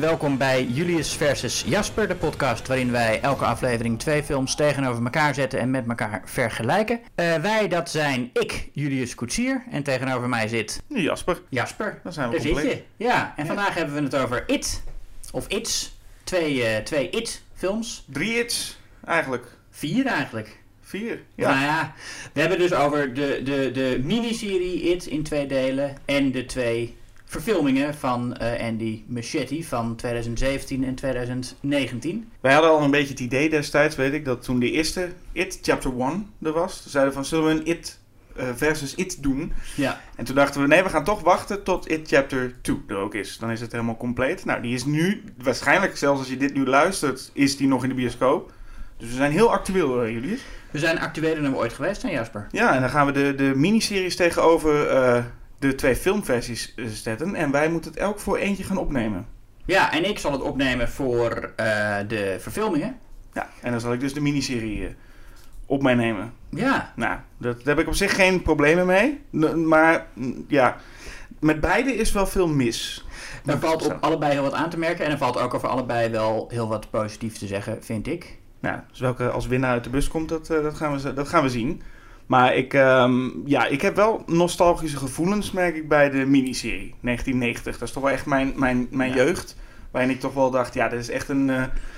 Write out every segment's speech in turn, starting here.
welkom bij Julius versus Jasper, de podcast waarin wij elke aflevering 2 films tegenover elkaar zetten en met elkaar vergelijken. Wij, dat zijn ik, Julius Koetsier, en tegenover mij zit... Jasper. Jasper, Dan zijn we daar compleet. zit je. Ja, en vandaag hebben we het over It, of It's, twee It-films. 3 It's, eigenlijk. 4 eigenlijk. 4, ja. Nou ja, we hebben dus over de miniserie It in 2 delen en de 2 verfilmingen van Andy Muschietti van 2017 en 2019. Wij hadden al een beetje het idee destijds, weet ik, dat toen de eerste It, Chapter 1 er was, toen zeiden we van, zullen we een It versus It doen? Ja. En toen dachten we, nee, we gaan toch wachten tot It Chapter 2 er ook is. Dan is het helemaal compleet. Nou, die is nu, waarschijnlijk zelfs als je dit nu luistert, is die nog in de bioscoop. Dus we zijn heel actueel, Julius. We zijn actueler dan we ooit geweest zijn, Jasper. Ja, en dan gaan we de miniseries tegenover de 2 filmversies zetten. En wij moeten het elk voor eentje gaan opnemen. Ja, en ik zal het opnemen voor de verfilmingen. Ja, en dan zal ik dus de miniserie op mij nemen. Ja. Nou, daar heb ik op zich geen problemen mee. Maar ja, met beide is wel veel mis. Er valt op allebei heel wat aan te merken. En er valt ook over allebei wel heel wat positief te zeggen, vind ik. Nou, dus welke als winnaar uit de bus komt, dat gaan we zien. Maar ik heb wel nostalgische gevoelens, merk ik, bij de miniserie 1990. Dat is toch wel echt mijn jeugd. Waarin ik toch wel dacht, ja, dat is echt een...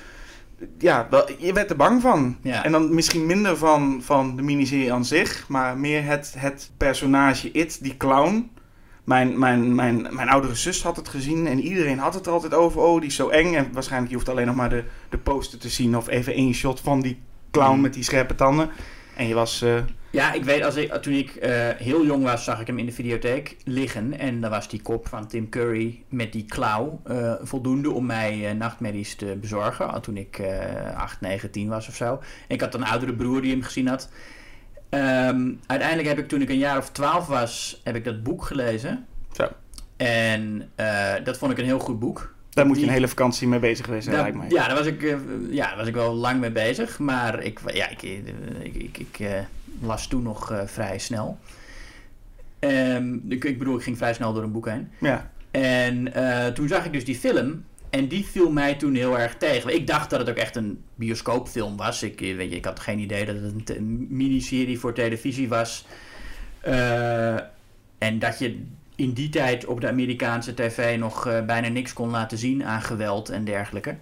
je werd er bang van. Ja. En dan misschien minder van de miniserie aan zich, maar meer het personage It, die clown. Mijn oudere zus had het gezien en iedereen had het er altijd over. Oh, die is zo eng. En waarschijnlijk je hoeft alleen nog maar de poster te zien of even 1 shot van die clown met die scherpe tanden. En je was... Ja, ik weet, toen ik heel jong was, zag ik hem in de videotheek liggen. En dan was die kop van Tim Curry met die klauw voldoende om mij nachtmerries te bezorgen. Toen ik 8, 9, 10 was of zo. En ik had een oudere broer die hem gezien had. Uiteindelijk heb ik, toen ik een jaar of 12 was, heb ik dat boek gelezen. Zo. En dat vond ik een heel goed boek. Daar moet je een hele vakantie mee bezig geweest zijn, lijkt mij. Ja, daar was ik wel lang mee bezig. Maar ik las toen nog vrij snel. Ik bedoel, ik ging vrij snel door een boek heen. Ja. En toen zag ik dus die film. En die viel mij toen heel erg tegen. Ik dacht dat het ook echt een bioscoopfilm was. Ik had geen idee dat het een miniserie voor televisie was. En dat je in die tijd op de Amerikaanse tv nog bijna niks kon laten zien aan geweld en dergelijke.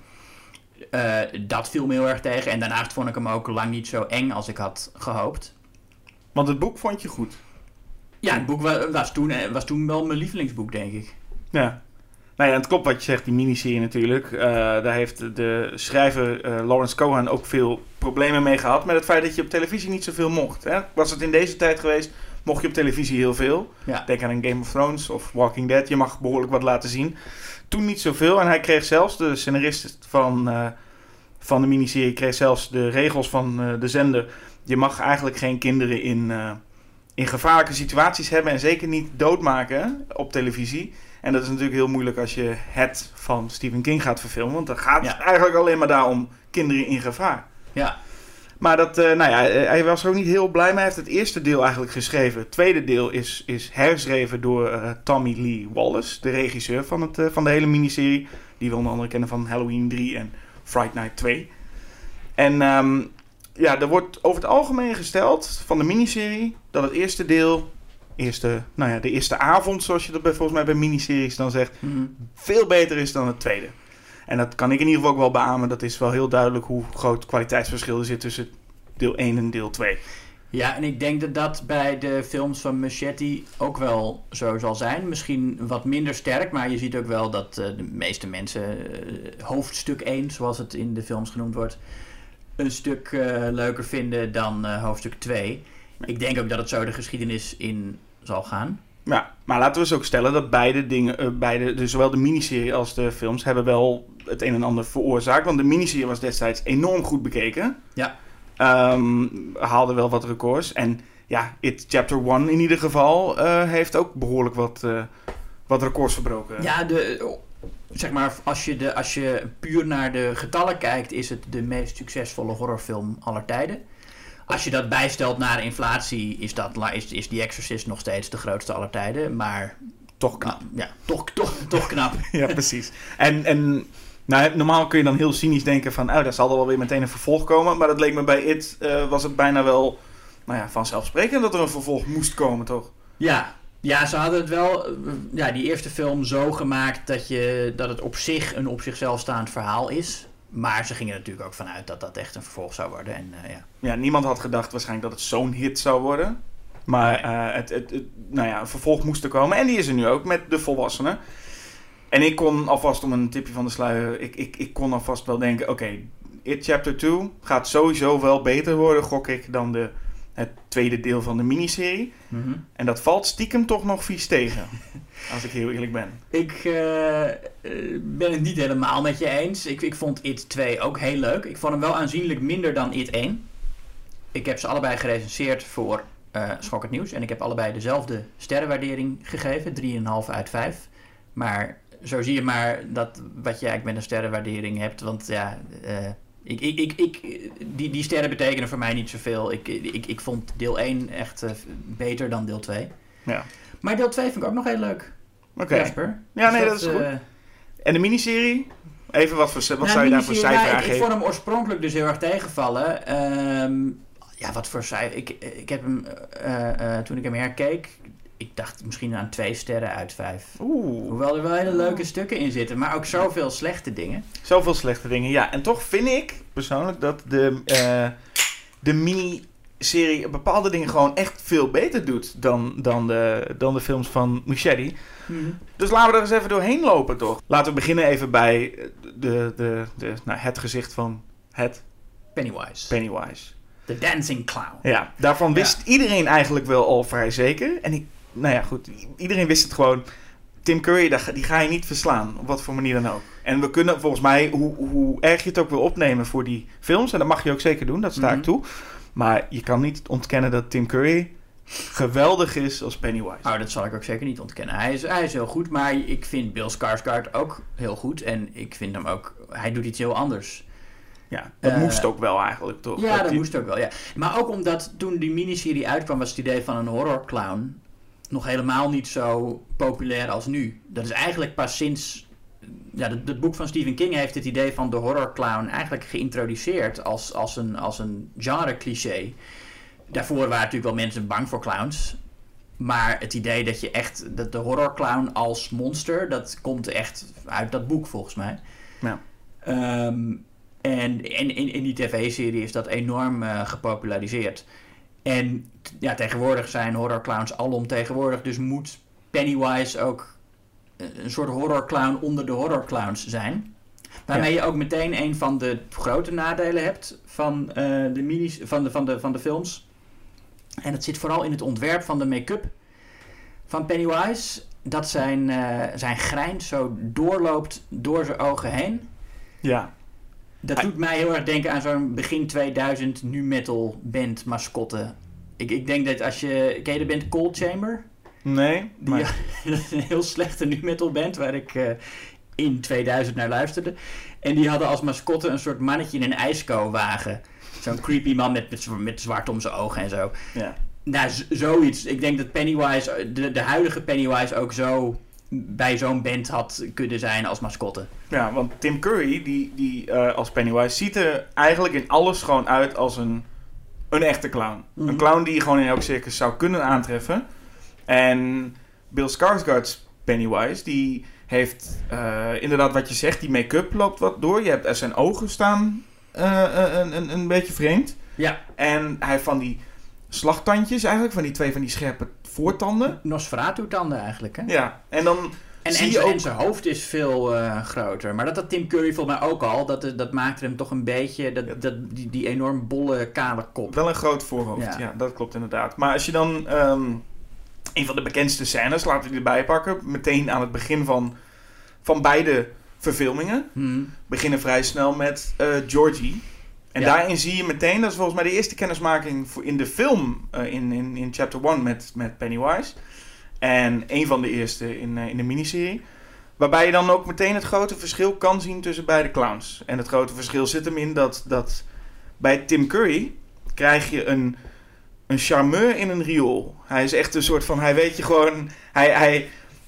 Dat viel me heel erg tegen. En daarnaast vond ik hem ook lang niet zo eng als ik had gehoopt. Want het boek vond je goed? Ja, het boek was toen wel mijn lievelingsboek, denk ik. Ja. Nou ja, het klopt wat je zegt, die miniserie natuurlijk. Daar heeft de schrijver Lawrence Cohen ook veel problemen mee gehad. Met het feit dat je op televisie niet zoveel mocht. Hè? Was het in deze tijd geweest, mocht je op televisie heel veel. Ja. Denk aan een Game of Thrones of Walking Dead. Je mag behoorlijk wat laten zien. Toen niet zoveel. En hij kreeg zelfs, de scenarist van de miniserie, kreeg zelfs de regels van de zender. Je mag eigenlijk geen kinderen in gevaarlijke situaties hebben. En zeker niet doodmaken op televisie. En dat is natuurlijk heel moeilijk als je het van Stephen King gaat verfilmen. Want dan gaat het eigenlijk alleen maar daarom kinderen in gevaar. Ja. Maar hij was er ook niet heel blij mee. Hij heeft het eerste deel eigenlijk geschreven. Het tweede deel is herschreven door Tommy Lee Wallace, de regisseur van de hele miniserie. Die we onder andere kennen van Halloween 3 en Fright Night 2. En er wordt over het algemeen gesteld van de miniserie dat het eerste deel... de eerste avond, zoals je dat volgens mij bij miniseries dan zegt, veel beter is dan het tweede. En dat kan ik in ieder geval ook wel beamen. Dat is wel heel duidelijk hoe groot kwaliteitsverschil er zit tussen deel 1 en deel 2. Ja, en ik denk dat dat bij de films van Muschietti ook wel zo zal zijn. Misschien wat minder sterk, maar je ziet ook wel dat de meeste mensen hoofdstuk 1, zoals het in de films genoemd wordt, een stuk leuker vinden dan hoofdstuk 2. Ik denk ook dat het zo de geschiedenis in zal gaan. Ja, maar laten we eens ook stellen dat beide dingen, dus zowel de miniserie als de films, hebben wel het een en ander veroorzaakt. Want de miniserie was destijds enorm goed bekeken. Ja. Haalde wel wat records. En ja, It Chapter 1 in ieder geval heeft ook behoorlijk wat records verbroken. Ja, zeg maar, als je puur naar de getallen kijkt, is het de meest succesvolle horrorfilm aller tijden. Als je dat bijstelt naar inflatie, is The Exorcist nog steeds de grootste aller tijden. Maar toch knap. Ja, toch knap. Ja, precies. En nou, normaal kun je dan heel cynisch denken van... daar zal er wel weer meteen een vervolg komen. Maar dat leek me bij It... was het bijna wel vanzelfsprekend dat er een vervolg moest komen, toch? Ja, ze hadden het wel... die eerste film zo gemaakt dat het op zichzelf staand verhaal is. Maar ze gingen er natuurlijk ook vanuit dat dat echt een vervolg zou worden. En, Ja, niemand had gedacht waarschijnlijk dat het zo'n hit zou worden. Maar een vervolg moest er komen. En die is er nu ook met de volwassenen. En ik kon alvast, om een tipje van de sluier... Ik kon alvast wel denken... Oké, It Chapter 2 gaat sowieso wel beter worden, gok ik, dan het tweede deel van de miniserie. Mm-hmm. En dat valt stiekem toch nog vies tegen. Als ik heel eerlijk ben. Ik ben het niet helemaal met je eens. Ik vond It 2 ook heel leuk. Ik vond hem wel aanzienlijk minder dan It 1. Ik heb ze allebei gerecenseerd voor Schokkend Nieuws. En ik heb allebei dezelfde sterrenwaardering gegeven. 3,5 uit 5. Maar zo zie je maar dat wat je eigenlijk met een sterrenwaardering hebt. Want ja, die sterren betekenen voor mij niet zoveel. Ik vond deel 1 echt beter dan deel 2. Ja. Maar deel 2 vind ik ook nog heel leuk. Oké. Jasper. Ja, nee, dat is goed. En de miniserie? Even wat zou je daar voor cijfer aan geven? Ik vond hem oorspronkelijk dus heel erg tegenvallen. Wat voor cijfer? Ik heb hem, toen ik hem herkeek, ik dacht misschien aan 2 sterren uit 5. Hoewel er wel hele leuke stukken in zitten, maar ook zoveel slechte dingen. Zoveel slechte dingen, ja. En toch vind ik persoonlijk dat de miniserie bepaalde dingen gewoon echt veel beter doet dan de films van Muschietti. Mm-hmm. Dus laten we er eens even doorheen lopen, toch? Laten we beginnen even bij het gezicht van het... Pennywise. The Dancing Clown. Ja, daarvan wist iedereen eigenlijk wel al vrij zeker. En iedereen wist het gewoon. Tim Curry, die ga je niet verslaan. Op wat voor manier dan ook. En we kunnen volgens mij, hoe erg je het ook wil opnemen voor die films. En dat mag je ook zeker doen, dat sta ik toe. Maar je kan niet ontkennen dat Tim Curry geweldig is als Pennywise. Oh, dat zal ik ook zeker niet ontkennen. Hij is heel goed, maar ik vind Bill Skarsgård ook heel goed. En ik vind hem ook... Hij doet iets heel anders. Ja, dat moest ook wel eigenlijk, toch? Ja, dat moest ook wel, ja. Maar ook omdat toen die miniserie uitkwam, was het idee van een horrorclown nog helemaal niet zo populair als nu. Dat is eigenlijk pas sinds... Ja, het boek van Stephen King heeft het idee van de horrorclown eigenlijk geïntroduceerd als een genre-cliché. Daarvoor waren natuurlijk wel mensen bang voor clowns. Maar het idee dat je echt... de horrorclown als monster, dat komt echt uit dat boek volgens mij. Ja. En in die tv-serie is dat enorm gepopulariseerd. En ja, tegenwoordig zijn horrorclowns alomtegenwoordig. Dus moet Pennywise ook een soort horrorclown onder de horrorclowns zijn. Waarmee je ook meteen een van de grote nadelen hebt van de films. En dat zit vooral in het ontwerp van de make-up van Pennywise. Dat zijn grijns zo doorloopt door zijn ogen heen. Ja. Dat doet mij heel erg denken aan zo'n begin 2000 nu metal band mascotte. Ik denk dat als je... Ken je de band Cold Chamber? Nee. Dat is een heel slechte nu metal band waar ik in 2000 naar luisterde. En die hadden als mascotte een soort mannetje in een ijsko-wagen. Zo'n creepy man met zwart om zijn ogen en zo. Ja. Nou, zoiets. Ik denk dat Pennywise, de huidige Pennywise ook zo bij zo'n band had kunnen zijn als mascotte. Ja, want Tim Curry, die als Pennywise, ziet er eigenlijk in alles gewoon uit als een echte clown. Mm-hmm. Een clown die je gewoon in elk circus zou kunnen aantreffen. En Bill Skarsgård's Pennywise, die heeft inderdaad wat je zegt, die make-up loopt wat door. Je hebt zijn ogen staan een beetje vreemd. Ja. En hij heeft van die slagtandjes eigenlijk, van die scherpe voortanden. Nosferatu-tanden eigenlijk, hè? Ja, en dan zie je ook... En zijn hoofd is veel groter. Maar dat had Tim Curry volgens mij ook al. Dat maakte hem toch een beetje... Die enorm bolle, kale kop. Wel een groot voorhoofd, ja, dat klopt inderdaad. Maar als je dan... een van de bekendste scènes, laten we die erbij pakken. Meteen aan het begin van beide verfilmingen. Beginnen vrij snel met Georgie. En daarin zie je meteen, dat is volgens mij de eerste kennismaking in de film in chapter 1 met Pennywise. En een van de eerste in de miniserie. Waarbij je dan ook meteen het grote verschil kan zien tussen beide clowns. En het grote verschil zit hem in dat bij Tim Curry krijg je een charmeur in een riool. Hij is echt een soort van, hij weet je gewoon,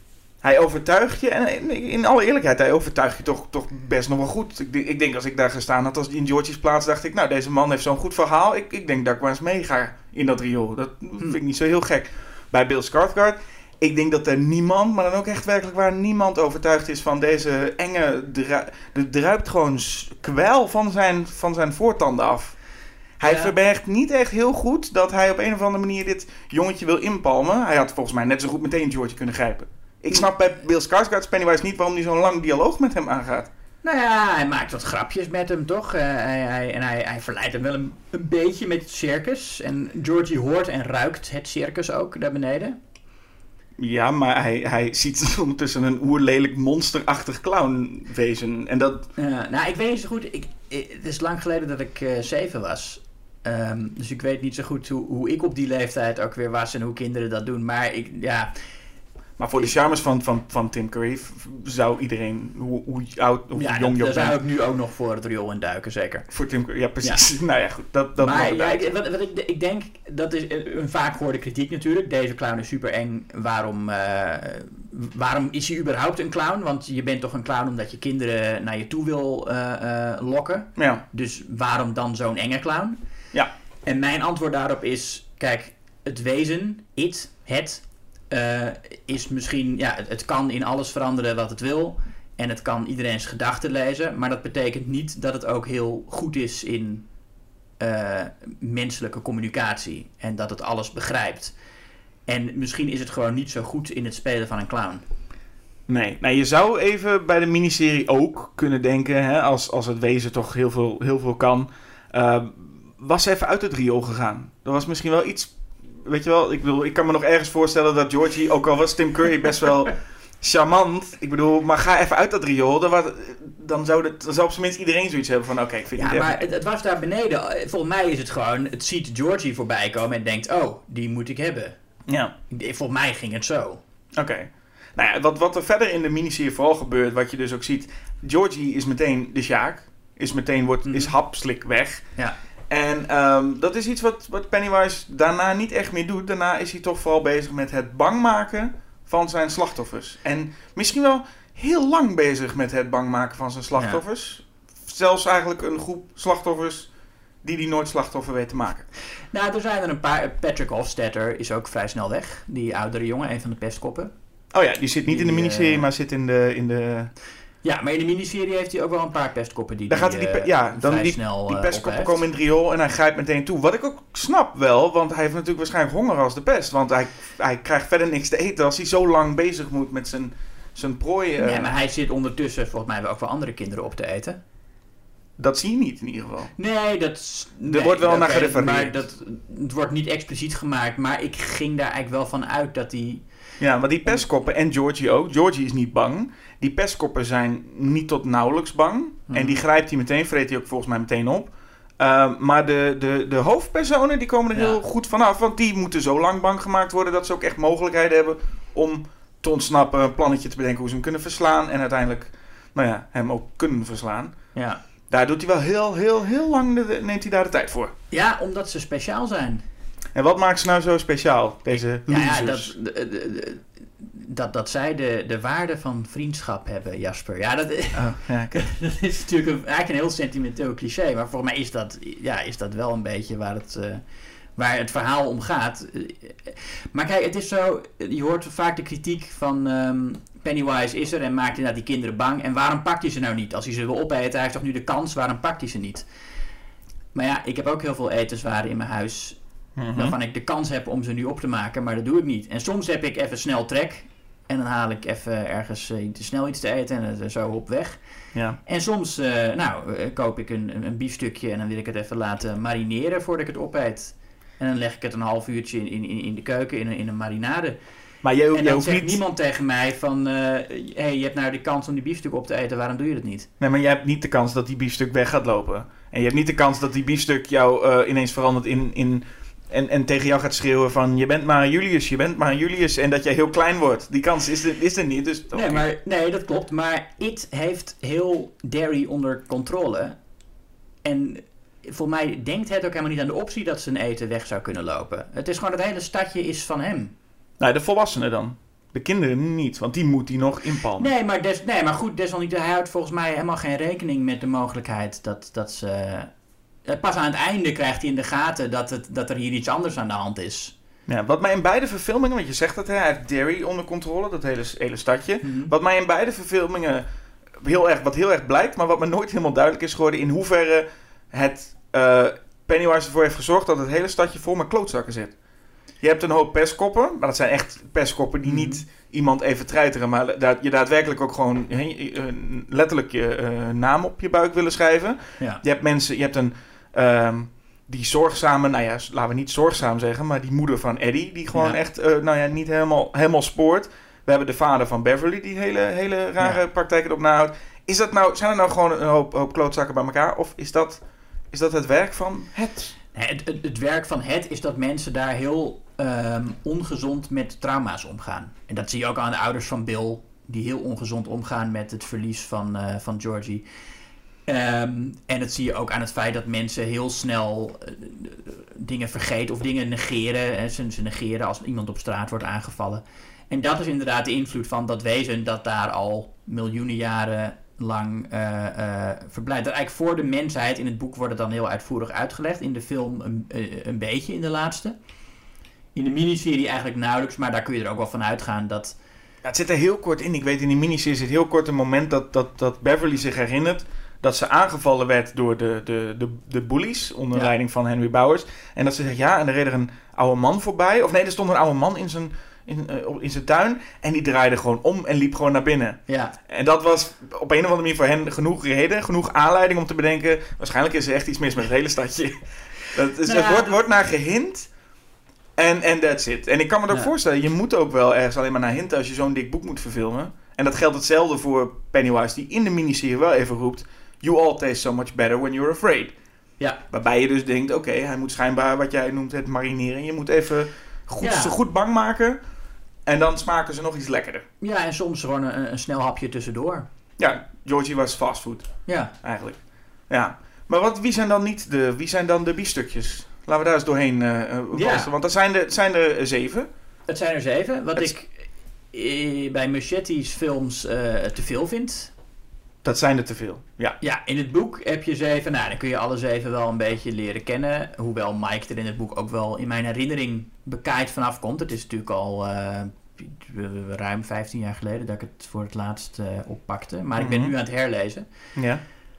Hij overtuigt je, en in alle eerlijkheid, hij overtuigt je toch best nog wel goed. Ik denk als ik daar gestaan had, als in Georgie's plaats, dacht ik, nou, deze man heeft zo'n goed verhaal. Ik denk dat ik wel eens mee ga in dat riool. Dat vind ik niet zo heel gek. Bij Bill Skarsgård, ik denk dat er niemand, maar dan ook echt werkelijk waar niemand overtuigd is van deze enge... Er druipt gewoon kwel van zijn voortanden af. Hij verbergt niet echt heel goed dat hij op een of andere manier dit jongetje wil inpalmen. Hij had volgens mij net zo goed meteen Georgie kunnen grijpen. Ik snap bij Bill Skarsgård's Pennywise niet waarom hij zo'n lang dialoog met hem aangaat. Nou ja, hij maakt wat grapjes met hem, toch? Hij verleidt hem wel een beetje met het circus. En Georgie hoort en ruikt het circus ook daar beneden. Ja, maar hij ziet ondertussen een oerlelijk monsterachtig clownwezen. En dat... Nou, ik weet niet zo goed. Het is lang geleden dat ik 7 was. Dus ik weet niet zo goed hoe ik op die leeftijd ook weer was en hoe kinderen dat doen. Maar Maar voor de charmes van Tim Curry zou iedereen, hoe oud of jong je ook bent... daar zou ik nu ook nog voor het riool in duiken, zeker. Voor Tim Curry, ja precies. Ja. Nou ja, goed. Dat maar wat ik denk, dat is een vaak gehoorde kritiek natuurlijk. Deze clown is super eng. Waarom is hij überhaupt een clown? Want je bent toch een clown omdat je kinderen naar je toe wil lokken. Ja. Dus waarom dan zo'n enge clown? Ja. En mijn antwoord daarop is, kijk, het wezen, is misschien, het kan in alles veranderen wat het wil. En het kan iedereen's gedachten lezen. Maar dat betekent niet dat het ook heel goed is in menselijke communicatie. En dat het alles begrijpt. En misschien is het gewoon niet zo goed in het spelen van een clown. Nee, nou, je zou even bij de miniserie ook kunnen denken, hè, als het wezen toch heel veel kan. Was even uit het riool gegaan. Dat was misschien wel iets... Weet je wel, ik kan me nog ergens voorstellen dat Georgie, ook al was Tim Curry best wel charmant. Ik bedoel, maar ga even uit dat riool. Dan zou op zijn minst iedereen zoiets hebben van, oké, ik vind het Ja, maar het was daar beneden. Volgens mij is het gewoon, het ziet Georgie voorbij komen en denkt, oh, die moet ik hebben. Ja. Volgens mij ging het zo. Oké. Nou ja, wat er verder in de miniserie vooral gebeurt, wat je dus ook ziet. Georgie is meteen de Sjaak. Is hapslik weg. Ja. En dat is iets wat Pennywise daarna niet echt meer doet. Daarna is hij toch vooral bezig met het bang maken van zijn slachtoffers. En misschien wel heel lang bezig met het bang maken van zijn slachtoffers. Ja. Zelfs eigenlijk een groep slachtoffers die hij nooit slachtoffer weet te maken. Nou, er zijn er een paar. Patrick Hofstetter is ook vrij snel weg. Die oudere jongen, een van de pestkoppen. Oh ja, die zit niet in de miniserie, maar zit in de... Ja, maar in de miniserie heeft hij ook wel een paar pestkoppen die snel die pestkoppen komen in het riool en hij grijpt meteen toe. Wat ik ook snap wel, want hij heeft natuurlijk waarschijnlijk honger als de pest. Want hij krijgt verder niks te eten als hij zo lang bezig moet met zijn prooi. Nee, maar hij zit ondertussen volgens mij ook wel andere kinderen op te eten. Dat zie je niet in ieder geval. Nee, er wordt wel naar gerefereerd. Maar het wordt niet expliciet gemaakt, maar ik ging daar eigenlijk wel van uit dat hij... Ja, maar die pestkoppen en Georgie ook. Georgie is niet bang. Die pestkoppen zijn niet tot nauwelijks bang. En die grijpt hij meteen, vreet hij ook volgens mij meteen op. Maar de hoofdpersonen die komen er heel goed vanaf. Want die moeten zo lang bang gemaakt worden dat ze ook echt mogelijkheden hebben om te ontsnappen. Een plannetje te bedenken hoe ze hem kunnen verslaan. En uiteindelijk hem ook kunnen verslaan. Ja. Daar doet hij wel heel lang, neemt hij daar de tijd voor. Ja, omdat ze speciaal zijn. En wat maakt ze nou zo speciaal, deze losers? Dat zij de waarde van vriendschap hebben, Jasper. Ja, dat is natuurlijk eigenlijk een heel sentimenteel cliché. Maar voor mij is dat wel een beetje waar het verhaal om gaat. Maar kijk, het is zo... Je hoort vaak de kritiek van... Pennywise is er en maakt inderdaad die kinderen bang. En waarom pakt hij ze nou niet? Als hij ze wil opeten, hij heeft toch nu de kans, waarom pakt hij ze niet? Maar ja, ik heb ook heel veel etenswaren in mijn huis... waarvan ik de kans heb om ze nu op te maken, maar dat doe ik niet. En soms heb ik even snel trek en dan haal ik even ergens snel iets te eten en het zo op weg. Ja. En soms koop ik een biefstukje en dan wil ik het even laten marineren voordat ik het opeet. En dan leg ik het een half uurtje in de keuken in een marinade. Maar en dan zegt niemand tegen mij van... je hebt nou de kans om die biefstuk op te eten, waarom doe je dat niet? Nee, maar jij hebt niet de kans dat die biefstuk weg gaat lopen. En je hebt niet de kans dat die biefstuk jou ineens verandert in en tegen jou gaat schreeuwen van... je bent maar Julius. En dat jij heel klein wordt. Die kans is er niet. Dus, nee, dat klopt. Maar It heeft heel Derry onder controle. En... Volgens mij denkt het ook helemaal niet aan de optie dat zijn eten weg zou kunnen lopen. Het is gewoon, het hele stadje is van hem. Nou, de volwassenen dan. De kinderen niet, want die moet hij nog inpalmen. Nee, maar goed, desalniettemin, hij houdt volgens mij helemaal geen rekening met de mogelijkheid dat ze... Pas aan het einde krijgt hij in de gaten dat er hier iets anders aan de hand is. Ja, wat mij in beide verfilmingen, want je zegt dat hij heeft Derry onder controle, dat hele stadje. Mm-hmm. Wat mij in beide verfilmingen heel erg blijkt, maar wat me nooit helemaal duidelijk is geworden, in hoeverre het Pennywise ervoor heeft gezorgd dat het hele stadje vol met klootzakken zit. Je hebt een hoop pestkoppen, maar dat zijn echt pestkoppen die niet iemand even treiteren, maar je daadwerkelijk ook gewoon letterlijk je naam op je buik willen schrijven. Ja. Je hebt mensen, je hebt een... die zorgzame, laten we niet zorgzaam zeggen, maar die moeder van Eddie, die gewoon echt, niet helemaal spoort. We hebben de vader van Beverly, die hele rare praktijken erop nahoudt. Zijn er nou gewoon een hoop klootzakken bij elkaar? Of is dat het werk van het? Het werk van het is dat mensen daar heel ongezond met trauma's omgaan. En dat zie je ook aan de ouders van Bill, die heel ongezond omgaan met het verlies van Georgie. En dat zie je ook aan het feit dat mensen heel snel dingen vergeten of dingen negeren. Hè. Ze negeren als iemand op straat wordt aangevallen. En dat is inderdaad de invloed van dat wezen dat daar al miljoenen jaren lang verblijft. Dat eigenlijk voor de mensheid, in het boek wordt het dan heel uitvoerig uitgelegd. In de film een beetje in de laatste. In de miniserie eigenlijk nauwelijks, maar daar kun je er ook wel van uitgaan dat... Ja, het zit er heel kort in. Ik weet, in die miniserie zit heel kort een moment dat Beverly zich herinnert dat ze aangevallen werd door de bullies onder leiding van Henry Bowers. En dat ze zegt, en er reed er een oude man voorbij. Of nee, er stond een oude man in zijn tuin. En die draaide gewoon om en liep gewoon naar binnen. Ja. En dat was op een of andere manier voor hen genoeg reden, genoeg aanleiding om te bedenken, waarschijnlijk is er echt iets mis met het hele stadje. Er wordt naar gehint. En that's it. En ik kan me ook voorstellen, je moet ook wel ergens alleen maar naar hinten als je zo'n dik boek moet verfilmen. En dat geldt hetzelfde voor Pennywise, die in de miniserie wel even roept, you all taste so much better when you're afraid. Ja. Waarbij je dus denkt, oké, hij moet schijnbaar wat jij noemt het marineren. Je moet even ze goed bang maken en dan smaken ze nog iets lekkerder. Ja, en soms gewoon een snel hapje tussendoor. Ja, Georgie was fastfood. Ja. Eigenlijk. Ja. Maar wie zijn dan de biefstukjes? Laten we daar eens doorheen walsen. Want dat zijn er 7. Het zijn er 7. Wat ik bij Muschetti's films te veel vind. Dat zijn er te veel, ja. Ja, in het boek heb je 7. Nou, dan kun je alle 7 wel een beetje leren kennen. Hoewel Mike er in het boek ook wel in mijn herinnering bekaaid vanaf komt. Het is natuurlijk al ruim 15 jaar geleden dat ik het voor het laatst oppakte. Maar ik ben nu aan het herlezen. Ja.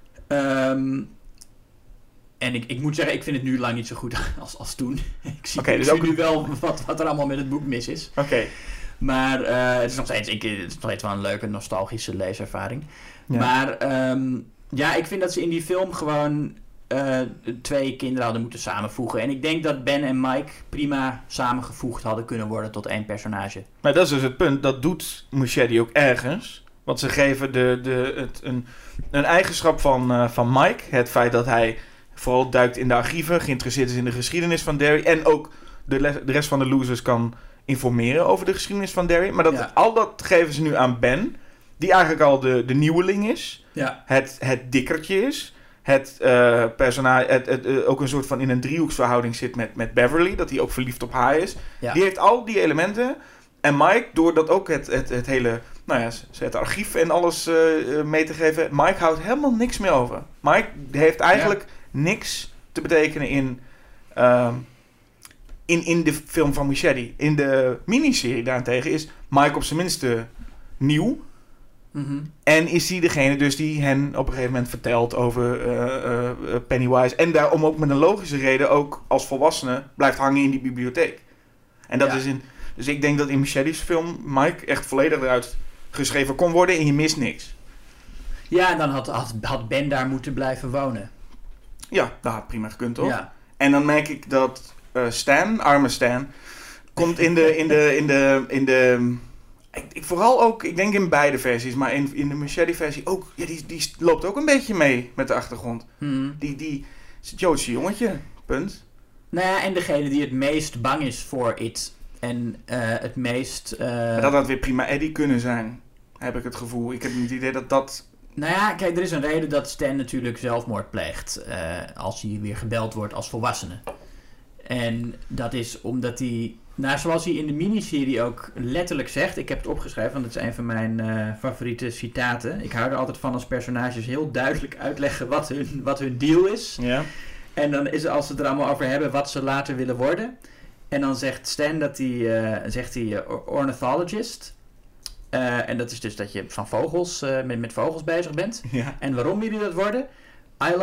En ik moet zeggen, ik vind het nu lang niet zo goed als toen. Ik zie dus ook nu wel wat er allemaal met het boek mis is. Oké. Maar het is nog steeds wel een leuke, nostalgische leeservaring. Ja. Maar ik vind dat ze in die film gewoon 2 kinderen hadden moeten samenvoegen. En ik denk dat Ben en Mike prima samengevoegd hadden kunnen worden tot 1 personage. Maar dat is dus het punt, dat doet Muschietti ook ergens. Want ze geven een eigenschap van Mike, het feit dat hij vooral duikt in de archieven, geïnteresseerd is in de geschiedenis van Derry en ook de rest van de losers kan informeren over de geschiedenis van Derry. Maar al dat geven ze nu aan Ben, die eigenlijk al de nieuweling is. Ja. Het dikkertje is. Het personage ook een soort van in een driehoeksverhouding zit met Beverly, dat hij ook verliefd op haar is. Ja. Die heeft al die elementen. En Mike, doordat ook het hele, het archief en alles mee te geven, Mike houdt helemaal niks meer over. Mike heeft eigenlijk niks te betekenen in de film van Muschietti. In de miniserie daarentegen is Mike op zijn minste nieuw. Mm-hmm. En is hij degene dus die hen op een gegeven moment vertelt over Pennywise. En daarom ook met een logische reden ook als volwassene blijft hangen in die bibliotheek. En dat is dus ik denk dat in Muschetti's film Mike echt volledig eruit geschreven kon worden en je mist niks. Ja, en dan had Ben daar moeten blijven wonen. Ja, dat had prima gekund, toch? Ja. En dan merk ik dat arme Stan, komt in de vooral ook, ik denk in beide versies, maar in de Muschietti-versie ook, die loopt ook een beetje mee met de achtergrond. Die is het Joodse jongetje, punt. Nou ja, en degene die het meest bang is voor It. En het meest... Maar dat had weer prima Eddie kunnen zijn, heb ik het gevoel. Ik heb het idee dat... Nou ja, kijk, er is een reden dat Stan natuurlijk zelfmoord pleegt als hij weer gebeld wordt als volwassene. En dat is omdat hij Nou, zoals hij in de miniserie ook letterlijk zegt, ik heb het opgeschreven, want het is een van mijn favoriete citaten. Ik hou er altijd van als personages heel duidelijk uitleggen wat hun deal is. Ja. En dan is het, als ze het er allemaal over hebben, wat ze later willen worden. En dan zegt Stan dat hij ornithologist. En dat is dus dat je van vogels, met vogels bezig bent. Ja. En waarom wil hij dat worden? I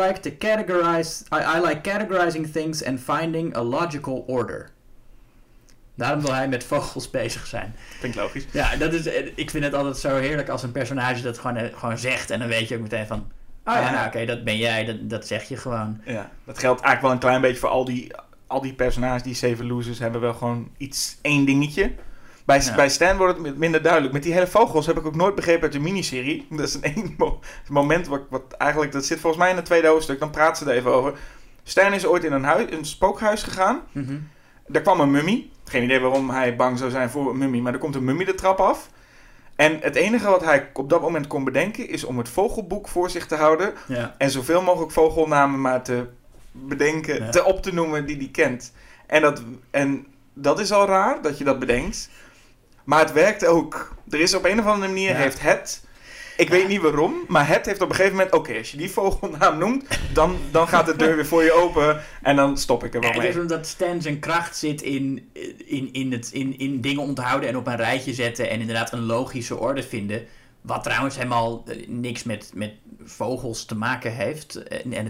like categorizing things and finding a logical order. Daarom wil hij met vogels bezig zijn. Vind ik logisch. Ja, ik vind het altijd zo heerlijk als een personage dat gewoon zegt. En dan weet je ook meteen van... oké, dat ben jij, dat zeg je gewoon. Ja, dat geldt eigenlijk wel een klein beetje voor al die personages die Seven Losers hebben wel gewoon één dingetje. Bij Stan wordt het minder duidelijk. Met die hele vogels heb ik ook nooit begrepen uit de miniserie. Dat is een moment wat eigenlijk... Dat zit volgens mij in het tweede hoofdstuk. Dan praten ze er even over. Stan is ooit in een spookhuis gegaan. Mm-hmm. Daar kwam een mummie. Geen idee waarom hij bang zou zijn voor een mummie. Maar er komt een mummie de trap af. En het enige wat hij op dat moment kon bedenken... is om het vogelboek voor zich te houden. Ja. En zoveel mogelijk vogelnamen maar te bedenken... op te noemen die hij kent. En dat is al raar, dat je dat bedenkt. Maar het werkt ook. Er is op een of andere manier... heeft het... Ik weet niet waarom, maar het heeft op een gegeven moment... Oké, als je die vogelnaam noemt, dan gaat de deur weer voor je open... en dan stop ik er wel mee. Het is omdat Stan zijn kracht zit in dingen onthouden... en op een rijtje zetten... en inderdaad een logische orde vinden... wat trouwens helemaal niks met vogels te maken heeft.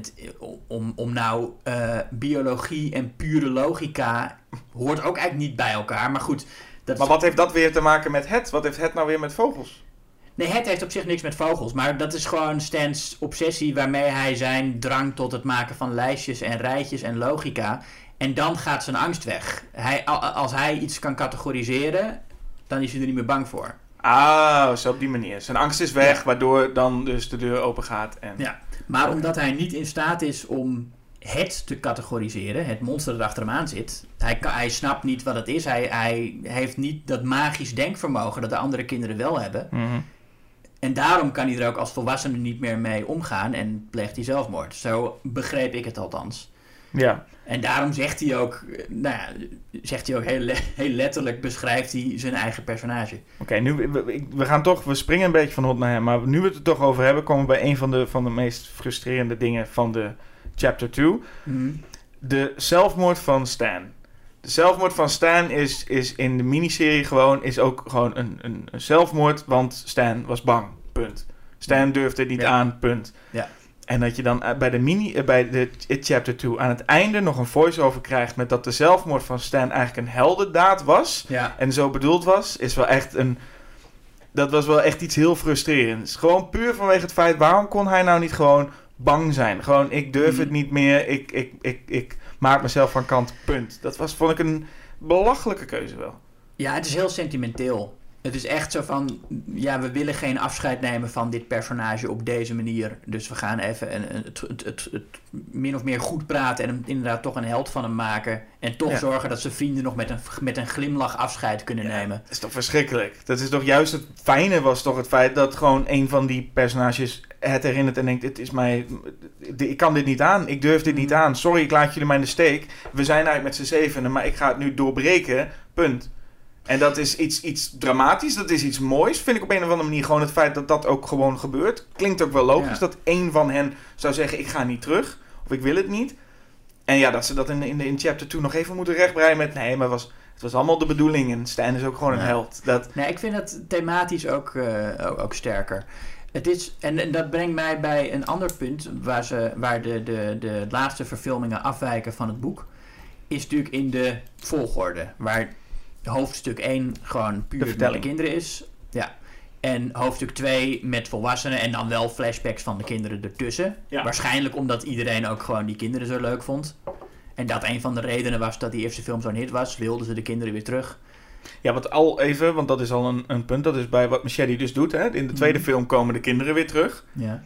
Om nou biologie en pure logica... hoort ook eigenlijk niet bij elkaar, maar goed... Maar wat heeft dat weer te maken met het? Wat heeft het nou weer met vogels? Nee, het heeft op zich niks met vogels. Maar dat is gewoon Stans obsessie... waarmee hij zijn drang tot het maken van lijstjes en rijtjes en logica... en dan gaat zijn angst weg. Als hij iets kan categoriseren... dan is hij er niet meer bang voor. Ah, zo op die manier. Zijn angst is weg, waardoor dan dus de deur open gaat. Ja, maar omdat hij niet in staat is om... het te categoriseren, het monster dat achter hem aan zit. Hij snapt niet wat het is. Hij heeft niet dat magisch denkvermogen dat de andere kinderen wel hebben. Mm-hmm. En daarom kan hij er ook als volwassene niet meer mee omgaan en pleegt hij zelfmoord. Zo begreep ik het althans. Ja. En daarom zegt hij ook, heel letterlijk beschrijft hij zijn eigen personage. Oké, nu we springen een beetje van hot naar hem, maar nu we het er toch over hebben, komen we bij een van de meest frustrerende dingen van de Chapter 2. Mm. De zelfmoord van Stan. De zelfmoord van Stan is in de miniserie ook gewoon een zelfmoord, want Stan was bang. Punt. Stan durfde het niet aan. Punt. Ja. En dat je dan bij de Chapter 2 aan het einde nog een voice-over krijgt met dat de zelfmoord van Stan eigenlijk een heldendaad was. Ja. En zo bedoeld was, is wel echt dat was wel echt iets heel frustrerends. Gewoon puur vanwege het feit, waarom kon hij nou niet gewoon bang zijn? Gewoon, ik durf het niet meer. Ik maak mezelf van kant. Punt. Vond ik een belachelijke keuze wel. Ja, het is heel sentimenteel. Het is echt zo van... ja, we willen geen afscheid nemen van dit personage op deze manier. Dus we gaan even het min of meer goed praten... en hem inderdaad toch een held van hem maken. En toch zorgen dat zijn vrienden nog met een glimlach afscheid kunnen nemen. Dat is toch verschrikkelijk. Dat is toch juist het fijne was toch het feit... dat gewoon een van die personages het herinnert en denkt... ik kan dit niet aan. Ik durf dit niet aan. Sorry, ik laat jullie maar in de steek. We zijn eigenlijk met z'n zevenen, maar ik ga het nu doorbreken. Punt. En dat is iets dramatisch, dat is iets moois. Vind ik op een of andere manier gewoon het feit dat dat ook gewoon gebeurt. Klinkt ook wel logisch dat één van hen zou zeggen... ik ga niet terug, of ik wil het niet. En ja, dat ze dat in chapter 2 nog even moeten rechtbreien met... nee, maar het was allemaal de bedoeling en Stan is ook gewoon een held. Nee, ik vind het thematisch ook sterker. Het is, en dat brengt mij bij een ander punt... waar de laatste verfilmingen afwijken van het boek... is natuurlijk in de volgorde, waar... hoofdstuk 1 gewoon puur met de kinderen is. Ja. En hoofdstuk 2 met volwassenen en dan wel flashbacks van de kinderen ertussen. Ja. Waarschijnlijk omdat iedereen ook gewoon die kinderen zo leuk vond. En dat een van de redenen was dat die eerste film zo'n hit was. Wilden ze de kinderen weer terug. Ja, want dat is al een punt. Dat is bij wat Machete dus doet. Hè? In de tweede film komen de kinderen weer terug. Ja.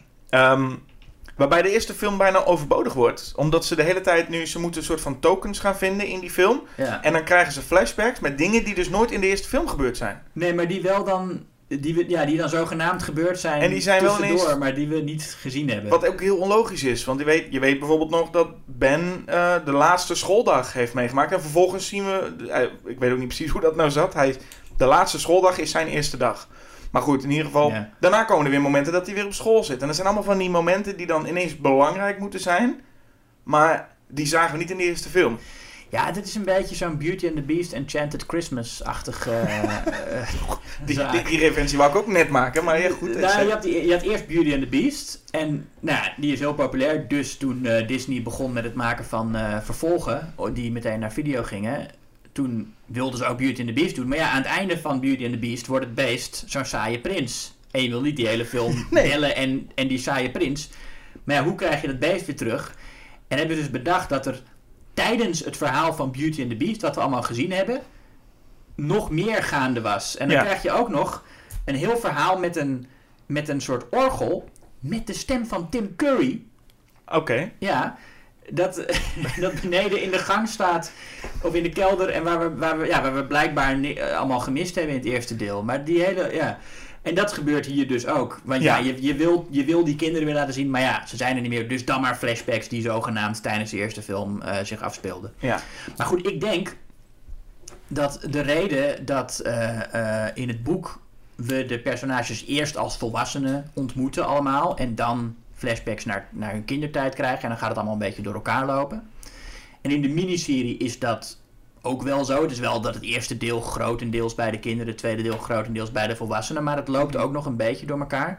Waarbij de eerste film bijna overbodig wordt. Omdat ze de hele tijd ze moeten een soort van tokens gaan vinden in die film. Ja. En dan krijgen ze flashbacks met dingen die dus nooit in de eerste film gebeurd zijn. Nee, maar die wel dan die dan zogenaamd gebeurd zijn en die zijn wel ineens, maar die we niet gezien hebben. Wat ook heel onlogisch is. Want je weet bijvoorbeeld nog dat Ben de laatste schooldag heeft meegemaakt. En vervolgens zien we... ik weet ook niet precies hoe dat nou zat. De laatste schooldag is zijn eerste dag. Maar goed, in ieder geval... Ja. Daarna komen er weer momenten dat hij weer op school zit. En dat zijn allemaal van die momenten die dan ineens belangrijk moeten zijn. Maar die zagen we niet in de eerste film. Ja, dit is een beetje zo'n Beauty and the Beast Enchanted Christmas-achtig die referentie wou ik ook net maken, maar ja, goed. Je had eerst Beauty and the Beast. En die is heel populair. Dus toen Disney begon met het maken van vervolgen, die meteen naar video gingen, toen wilden ze ook Beauty and the Beast doen. Maar ja, aan het einde van Beauty and the Beast wordt het beest zo'n saaie prins. En je wil niet die hele film bellen en die saaie prins. Maar ja, hoe krijg je dat beest weer terug? En hebben ze dus bedacht dat er tijdens het verhaal van Beauty and the Beast, wat we allemaal gezien hebben, nog meer gaande was. En dan krijg je ook nog een heel verhaal met een soort orgel met de stem van Tim Curry. Oké. Ja, dat beneden in de gang staat, of in de kelder, en waar we blijkbaar allemaal gemist hebben in het eerste deel. Maar die hele... Ja. En dat gebeurt hier dus ook. Want je wil die kinderen weer laten zien, maar ja, ze zijn er niet meer. Dus dan maar flashbacks die zogenaamd tijdens de eerste film zich afspeelden. Ja. Maar goed, ik denk dat de reden dat in het boek we de personages eerst als volwassenen ontmoeten allemaal, en dan flashbacks naar hun kindertijd krijgen, en dan gaat het allemaal een beetje door elkaar lopen. En in de miniserie is dat ook wel zo. Het is wel dat het eerste deel grotendeels bij de kinderen, het tweede deel grotendeels bij de volwassenen, maar het loopt ook nog een beetje door elkaar.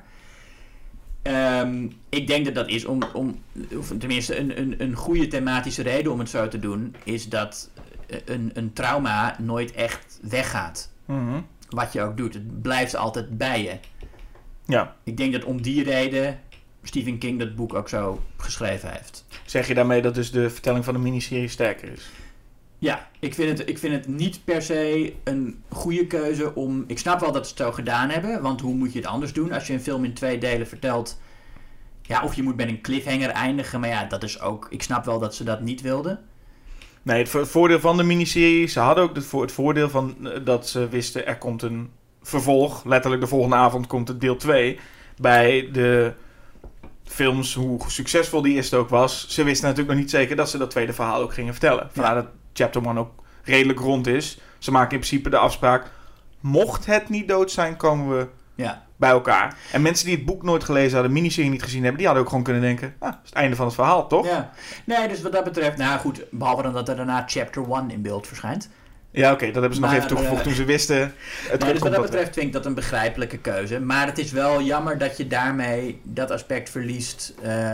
Ik denk dat is of tenminste een goede thematische reden om het zo te doen, is dat een trauma nooit echt weggaat. Mm-hmm. Wat je ook doet. Het blijft altijd bij je. Ja. Ik denk dat om die reden Stephen King dat boek ook zo geschreven heeft. Zeg je daarmee dat dus de vertelling van de miniserie sterker is? Ja, ik vind het niet per se een goede keuze om... Ik snap wel dat ze het zo gedaan hebben, want hoe moet je het anders doen als je een film in 2 delen vertelt? Ja, of je moet met een cliffhanger eindigen, maar ja, dat is ook... Ik snap wel dat ze dat niet wilden. Nee, het voordeel van de miniserie, ze hadden ook het voordeel van dat ze wisten, er komt een vervolg. Letterlijk de volgende avond komt het deel 2. Bij de films, hoe succesvol die eerste ook was, ze wisten natuurlijk nog niet zeker dat ze dat tweede verhaal ook gingen vertellen. Vandaar dat chapter 1 ook redelijk rond is. Ze maken in principe de afspraak, mocht het niet dood zijn, komen we bij elkaar. En mensen die het boek nooit gelezen hadden, de miniserie niet gezien hebben, die hadden ook gewoon kunnen denken, dat is het einde van het verhaal, toch? Ja. Nee, dus wat dat betreft, nou goed, behalve dan dat er daarna chapter 1 in beeld verschijnt. Ja, oké, dat hebben ze nog even toegevoegd toen ze wisten. Dus wat dat betreft vind ik dat een begrijpelijke keuze. Maar het is wel jammer dat je daarmee dat aspect verliest.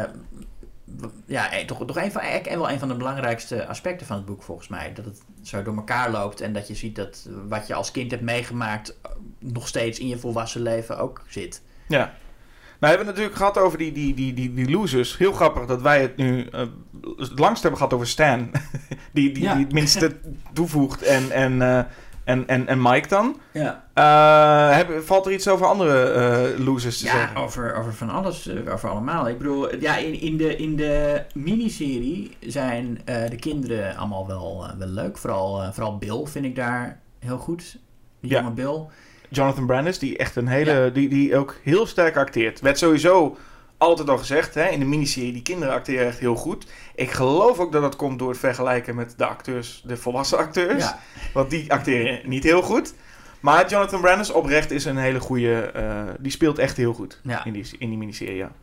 Toch een van de belangrijkste aspecten van het boek volgens mij. Dat het zo door elkaar loopt en dat je ziet dat wat je als kind hebt meegemaakt nog steeds in je volwassen leven ook zit. Ja. Nou, hebben we het natuurlijk gehad over die losers. Heel grappig dat wij het nu het langst hebben gehad over Stan. die het minste toevoegt en Mike dan. Ja. Valt er iets over andere losers te zeggen? Ja, over van alles. Over allemaal. Ik bedoel, in de miniserie zijn de kinderen allemaal wel leuk. Vooral Bill vind ik daar heel goed. Die jonge Bill. Jonathan Brandis, die echt een hele... Die ook heel sterk acteert. Werd sowieso altijd al gezegd, hè, in de miniserie, die kinderen acteren echt heel goed. Ik geloof ook dat dat komt door het vergelijken met de acteurs, de volwassen acteurs. Ja. Want die acteren niet heel goed. Maar Jonathan Brandis oprecht is een hele goede... die speelt echt heel goed in die miniserie, ja.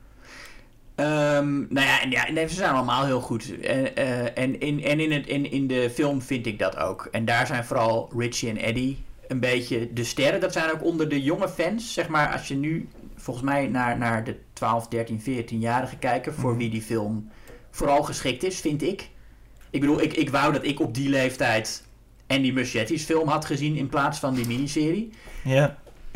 Ze zijn allemaal heel goed. En in de film vind ik dat ook. En daar zijn vooral Richie en Eddie een beetje de sterren. Dat zijn ook onder de jonge fans, zeg maar, als je nu volgens mij naar de 12, 13, 14-jarigen kijken, voor wie die film vooral geschikt is, vind ik. Ik bedoel, ik wou dat ik op die leeftijd Andy Muschietti's film had gezien in plaats van die miniserie. Ja.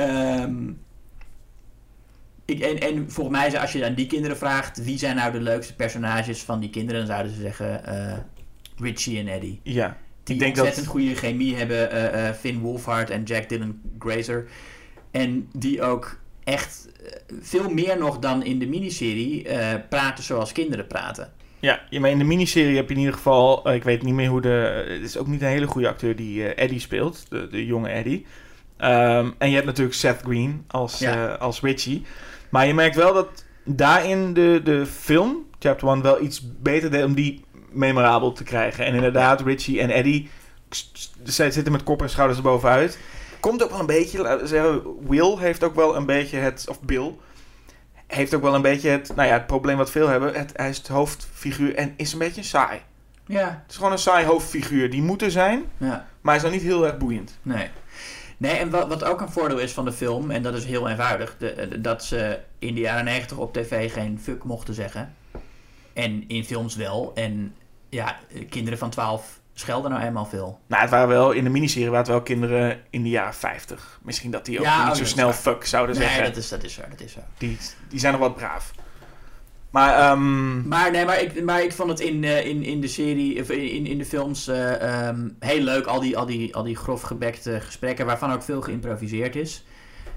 En volgens mij, als je aan die kinderen vraagt, wie zijn nou de leukste personages van die kinderen, dan zouden ze zeggen Richie en Eddie. Ja. Die ontzettend goede chemie hebben, Finn Wolfhard en Jack Dylan Grazer. En die ook echt veel meer nog dan in de miniserie praten zoals kinderen praten. Ja, maar in de miniserie heb je in ieder geval... ik weet niet meer hoe het is ook niet een hele goede acteur die Eddie speelt, de jonge Eddie. En je hebt natuurlijk Seth Green als Richie. Maar je merkt wel dat daarin de film, Chapter 1, wel iets beter deed om die memorabel te krijgen. En inderdaad, Richie en Eddie zitten met kop en schouders erbovenuit. Komt ook wel een beetje, laten we zeggen, Will heeft ook wel een beetje of Bill, heeft ook wel een beetje het probleem wat veel hebben. Hij is het hoofdfiguur en is een beetje saai. Ja. Het is gewoon een saai hoofdfiguur. Die moet er zijn, maar hij is nog niet heel erg boeiend. Nee, en wat ook een voordeel is van de film, en dat is heel eenvoudig, dat ze in de jaren 90 op tv geen fuck mochten zeggen. En in films wel. En ja, kinderen van 12 schelden nou eenmaal veel. Nou, het waren wel, in de miniserie waren het wel kinderen in de jaren 50. Misschien dat die ook niet zo snel fuck zouden zeggen. Nee, dat is zo. Die zijn nog wat braaf. Maar, maar ik vond het in de serie, of in de films heel leuk. Al die grof gebekte gesprekken, waarvan ook veel geïmproviseerd is.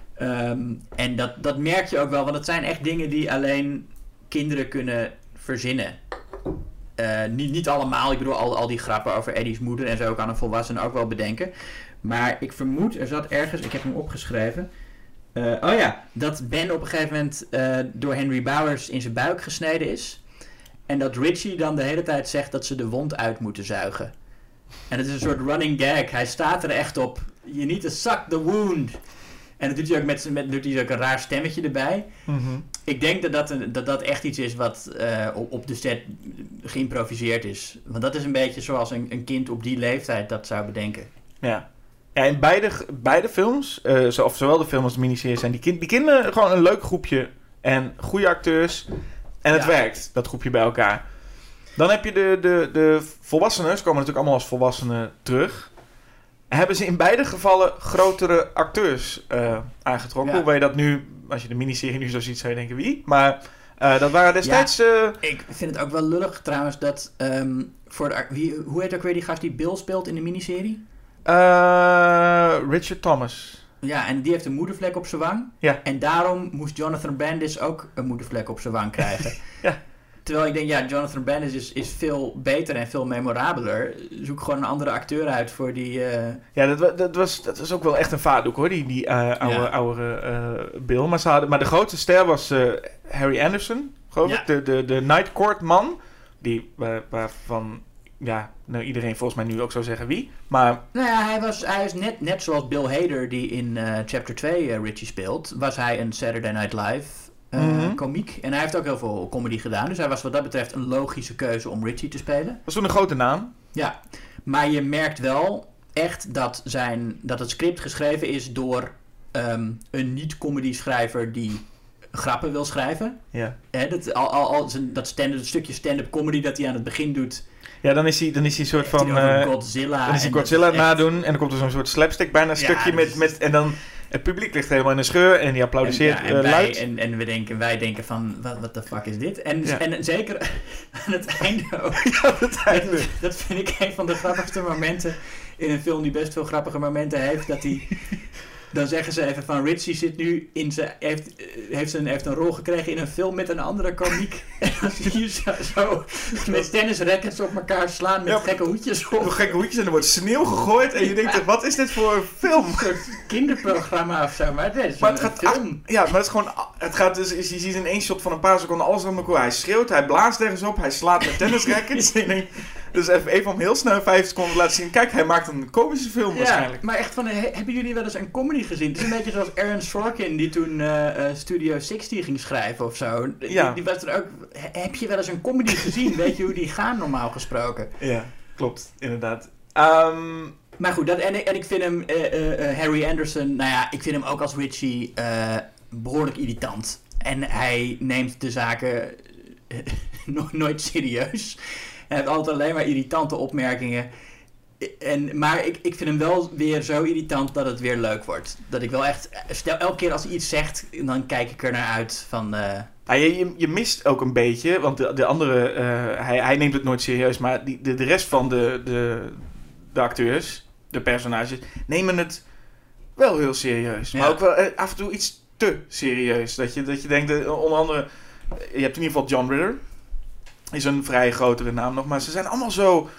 En dat merk je ook wel, want het zijn echt dingen die alleen kinderen kunnen verzinnen. Niet allemaal, ik bedoel al die grappen over Eddie's moeder en zo kan een volwassene ook wel bedenken. Maar ik vermoed, er zat ergens, ik heb hem opgeschreven. Dat Ben op een gegeven moment door Henry Bowers in zijn buik gesneden is. En dat Richie dan de hele tijd zegt dat ze de wond uit moeten zuigen. En het is een soort running gag. Hij staat er echt op. You need to suck the wound. En dat doet hij ook doet hij ook een raar stemmetje erbij. Mm-hmm. Ik denk dat echt iets is wat op de set geïmproviseerd is. Want dat is een beetje zoals een kind op die leeftijd dat zou bedenken. Ja. Ja, in beide films, zowel de film als de miniserie, zijn die kinderen gewoon een leuk groepje. En goede acteurs. En het werkt, dat groepje bij elkaar. Dan heb je de volwassenen. Ze komen natuurlijk allemaal als volwassenen terug. Hebben ze in beide gevallen grotere acteurs aangetrokken. Ja. Hoewel je dat nu, als je de miniserie nu zo ziet, zou je denken wie. Maar dat waren destijds... Ik vind het ook wel lullig trouwens dat... hoe heet ook weer die gast die Bill speelt in de miniserie? Richard Thomas. Ja, en die heeft een moedervlek op zijn wang. Ja. En daarom moest Jonathan Brandis ook een moedervlek op zijn wang krijgen. Ja. Terwijl ik denk, Jonathan Brandis is veel beter en veel memorabeler. Zoek gewoon een andere acteur uit voor die... Ja, dat was ook wel echt een vaatdoek hoor, die oude Bill. Maar de grootste ster was Harry Anderson, geloof ik. De Night Court man. Waarvan... Ja, nou, iedereen volgens mij nu ook zou zeggen wie. Maar... Nou ja, hij is net zoals Bill Hader, die in Chapter 2 Richie speelt, was hij een Saturday Night Live komiek. En hij heeft ook heel veel comedy gedaan. Dus hij was wat dat betreft een logische keuze om Richie te spelen. Was toen een grote naam. Ja, maar je merkt wel echt dat het script geschreven is door een niet-comedy schrijver die grappen wil schrijven. Ja. Dat stukje stand-up comedy dat hij aan het begin doet. Ja, dan is hij een soort van... Godzilla. Dan is hij Godzilla nadoen en dan komt er zo'n soort slapstick bijna een stukje met... En dan het publiek ligt helemaal in een scheur en die applaudisseert luid. En wij denken van, wat de fuck is dit? En zeker aan het einde ook. Ja, het einde. Dat vind ik een van de grappigste momenten in een film die best veel grappige momenten heeft. Dat hij... Dan zeggen ze even van Richie zit nu heeft een rol gekregen in een film met een andere komiek. En dan zie je zo met tennisrackets op elkaar slaan met gekke hoedjes op. Gekke hoedjes en er wordt sneeuw gegooid en je denkt, wat is dit voor film? Een soort kinderprogramma of zo, maar het is een film. Ja, maar het is gewoon, het gaat dus, je ziet in één shot van een paar seconden alles om elkaar. Hij schreeuwt, hij blaast ergens op, hij slaat met tennisrackets. Dus even om heel snel 5 seconden te laten zien. Kijk, hij maakt een komische film waarschijnlijk. Maar echt van, hebben jullie wel eens een comedy gezien? Het is een beetje zoals Aaron Sorkin die toen Studio 60 ging schrijven of zo. Ja. Die was er ook. Heb je wel eens een comedy gezien? Weet je hoe die gaan normaal gesproken? Ja, klopt, inderdaad. Maar goed, en ik vind hem, Harry Anderson, nou ja, ik vind hem ook als Richie behoorlijk irritant. En hij neemt de zaken nooit serieus. Hij heeft altijd alleen maar irritante opmerkingen. Maar ik vind hem wel weer zo irritant dat het weer leuk wordt. Dat ik wel echt... elke keer als hij iets zegt, dan kijk ik er naar uit van... Je mist ook een beetje, want de andere... hij neemt het nooit serieus, maar de rest van de acteurs, de personages, nemen het wel heel serieus. Ja. Maar ook wel af en toe iets te serieus. Dat je denkt, onder andere... Je hebt in ieder geval John Ritter. Is een vrij grotere naam nog, maar ze zijn allemaal zo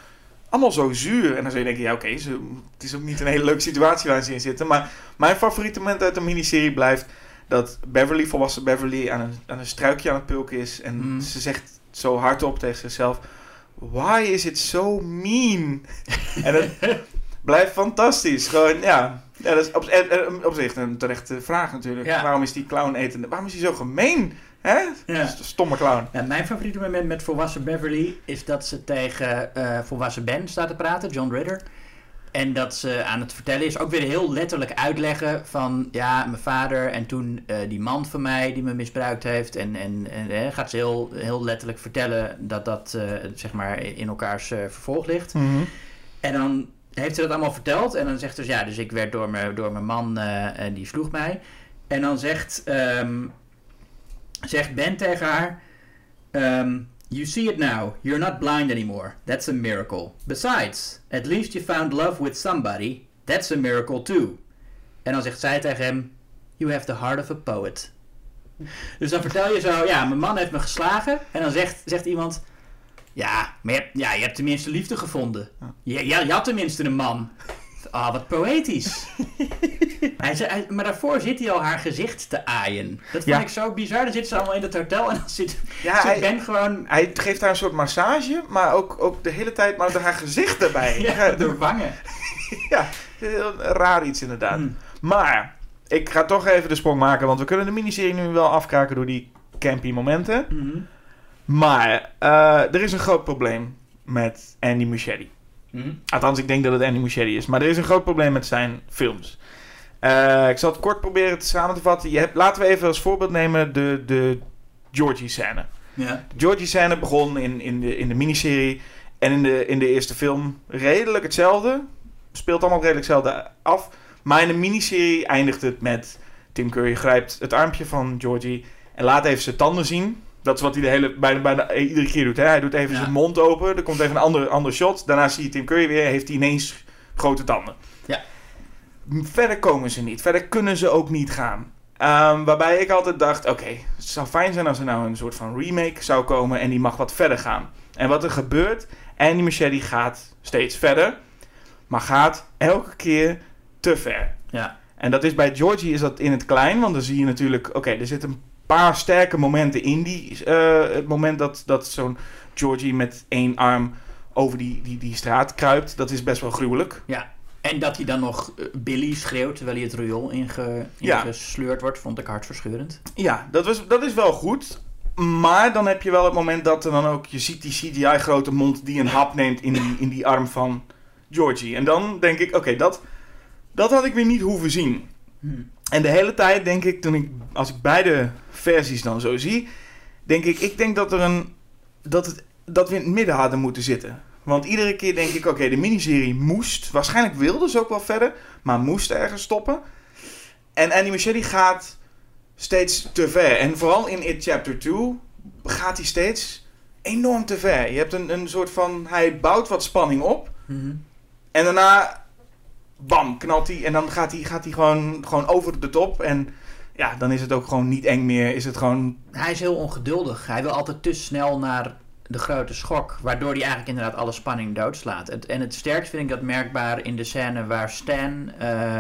allemaal zo zuur. En dan zou je denken, ja oké, het is ook niet een hele leuke situatie waar ze in zitten. Maar mijn favoriete moment uit de miniserie blijft dat volwassen Beverly, aan een struikje aan het pulken is. En ze zegt zo hardop tegen zichzelf, why is it so mean? En dat blijft fantastisch. Gewoon, ja dat is op zich een terechte vraag natuurlijk. Ja. Waarom is die clown etende? Waarom is hij zo gemeen? Hè? Ja. Stomme clown. Ja, mijn favoriete moment met volwassen Beverly is dat ze tegen volwassen Ben staat te praten, John Ritter. En dat ze aan het vertellen is, ook weer heel letterlijk uitleggen van, ja, mijn vader en toen die man van mij die me misbruikt heeft. En gaat ze heel letterlijk vertellen dat zeg maar in elkaars vervolg ligt. Mm-hmm. En dan heeft ze dat allemaal verteld en dan zegt ze, ja, dus ik werd door mijn man, die sloeg mij. En dan zegt Ben tegen haar, you see it now. You're not blind anymore. That's a miracle. Besides, at least you found love with somebody. That's a miracle too. En dan zegt zij tegen hem, you have the heart of a poet. Dus dan vertel je zo, ja, mijn man heeft me geslagen. En dan zegt iemand, ja, maar je hebt tenminste liefde gevonden. Je had tenminste een man. Ah, wat poëtisch. Maar daarvoor zit hij al haar gezicht te aaien. Dat vond ik zo bizar. Dan zitten ze allemaal in het hotel en dan zit Ben gewoon... Hij geeft haar een soort massage, maar ook de hele tijd maar haar gezicht erbij. Ja, door wangen. Ja, heel raar iets inderdaad. Maar ik ga toch even de sprong maken, want we kunnen de miniserie nu wel afkraken door die campy momenten. Mm-hmm. Maar er is een groot probleem met Andy Muschietti. Mm-hmm. Althans, ik denk dat het Andy Muschietti is. Maar er is een groot probleem met zijn films. Ik zal het kort proberen samen te vatten. Laten we even als voorbeeld nemen de Georgie-scène. Ja. De Georgie-scène begon in de miniserie en in de eerste film redelijk hetzelfde. Speelt allemaal redelijk hetzelfde af. Maar in de miniserie eindigt het met Tim Curry grijpt het armpje van Georgie en laat even zijn tanden zien. Dat is wat hij bijna iedere keer doet. Hè? Hij doet even zijn mond open. Er komt even een ander shot. Daarna zie je Tim Curry weer. Heeft hij ineens grote tanden. Ja. Verder komen ze niet. Verder kunnen ze ook niet gaan. Waarbij ik altijd dacht, oké, het zou fijn zijn als er nou een soort van remake zou komen en die mag wat verder gaan. En wat er gebeurt, Andy Muschietti gaat steeds verder, maar gaat elke keer te ver. Ja. En dat is bij Georgie is dat in het klein, want dan zie je natuurlijk, oké, er zit een paar sterke momenten in het moment dat zo'n Georgie met één arm over die straat kruipt, dat is best wel gruwelijk. Ja. En dat hij dan nog Billy schreeuwt terwijl hij het riool ingesleurd wordt, vond ik hartverscheurend. Ja, dat is wel goed. Maar dan heb je wel het moment dat er dan ook, je ziet die CGI-grote mond die een hap neemt in die arm van Georgie. En dan denk ik, oké, dat had ik weer niet hoeven zien. En de hele tijd denk ik, als ik beide versies dan zo zie, denk ik dat we in het midden hadden moeten zitten. Want iedere keer denk ik, oké, de miniserie moest, waarschijnlijk wilde ze ook wel verder, maar moest ergens stoppen. En Andy Muschietti gaat steeds te ver. En vooral in It Chapter 2 gaat hij steeds enorm te ver. Je hebt een soort van, hij bouwt wat spanning op. Mm-hmm. En daarna, bam, knalt hij. En dan gaat hij gewoon over de top. En ja, dan is het ook gewoon niet eng meer. Is het gewoon... Hij is heel ongeduldig. Hij wil altijd te snel naar de grote schok, waardoor hij eigenlijk inderdaad alle spanning doodslaat. En het sterkst vind ik dat merkbaar in de scène waar Stan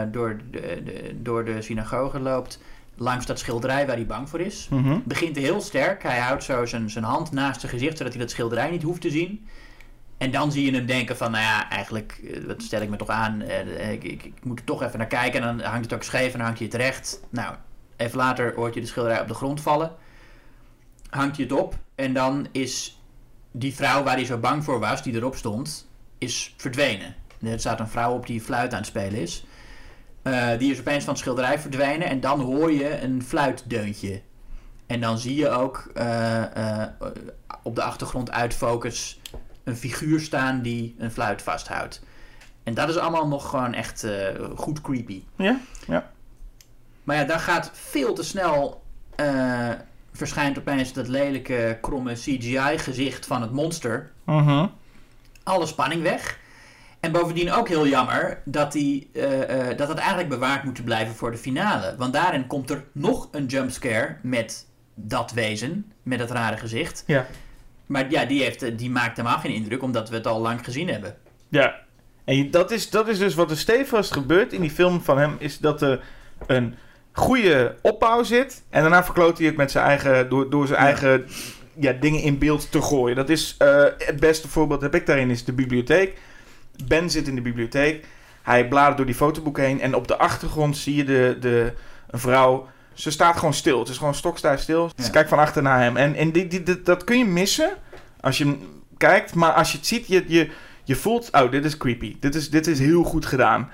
door de synagoge loopt, langs dat schilderij waar hij bang voor is. Mm-hmm. Begint heel sterk. Hij houdt zo zijn hand naast zijn gezicht, zodat hij dat schilderij niet hoeft te zien. En dan zie je hem denken van, nou ja, eigenlijk, dat stel ik me toch aan, ik moet er toch even naar kijken. En dan hangt het ook scheef en dan hangt hij het recht. Nou, even later hoort je de schilderij op de grond vallen. Hangt je het op en dan is die vrouw waar hij zo bang voor was, die erop stond, is verdwenen. Er staat een vrouw op die fluit aan het spelen is. Die is opeens van het schilderij verdwenen en dan hoor je een fluitdeuntje. En dan zie je ook op de achtergrond uit focus een figuur staan die een fluit vasthoudt. En dat is allemaal nog gewoon echt goed creepy. Ja, ja. Maar ja, dan gaat veel te snel verschijnt opeens dat lelijke, kromme CGI-gezicht van het monster. Uh-huh. Alle spanning weg. En bovendien ook heel jammer dat dat eigenlijk bewaard moet blijven voor de finale. Want daarin komt er nog een jumpscare met dat wezen, met dat rare gezicht. Ja. Maar ja, die maakt helemaal geen indruk, omdat we het al lang gezien hebben. Ja. En dat is dus wat er stevast gebeurt in die film van hem, is dat er een goede opbouw zit en daarna verkloot hij het met zijn eigen, door zijn eigen dingen in beeld te gooien. Dat is het beste voorbeeld heb ik daarin is de bibliotheek. Ben zit in de bibliotheek. Hij bladert door die fotoboeken heen en op de achtergrond zie je een vrouw. Ze staat gewoon stil. Het is gewoon stokstijf stil. Ze kijkt van achter naar hem. En dat kun je missen als je kijkt. Maar als je het ziet, je voelt, oh, dit is creepy. Dit is heel goed gedaan.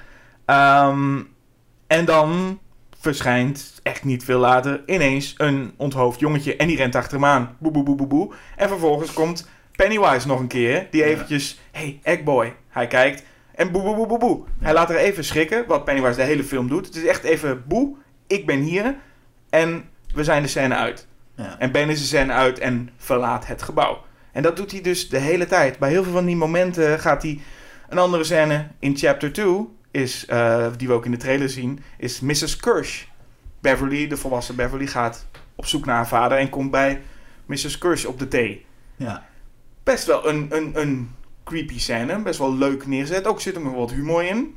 En dan verschijnt, echt niet veel later, ineens een onthoofd jongetje. En die rent achter hem aan. Boe, boe, boe, boe, boe. En vervolgens komt Pennywise nog een keer. Die eventjes, hey, Eggboy. Hij kijkt en boe, boe, boe, boe, boe. Hij laat er even schrikken, wat Pennywise de hele film doet. Het is echt even boe, ik ben hier. En we zijn de scène uit. Ja. En Ben is de scène uit en verlaat het gebouw. En dat doet hij dus de hele tijd. Bij heel veel van die momenten gaat hij een andere scène in chapter 2... is, die we ook in de trailer zien, is Mrs. Kirsch. Beverly, de volwassen Beverly, gaat op zoek naar haar vader en komt bij Mrs. Kirsch op de thee. Ja. Best wel een creepy scène, best wel leuk neerzet. Ook zit er nog wat humor in.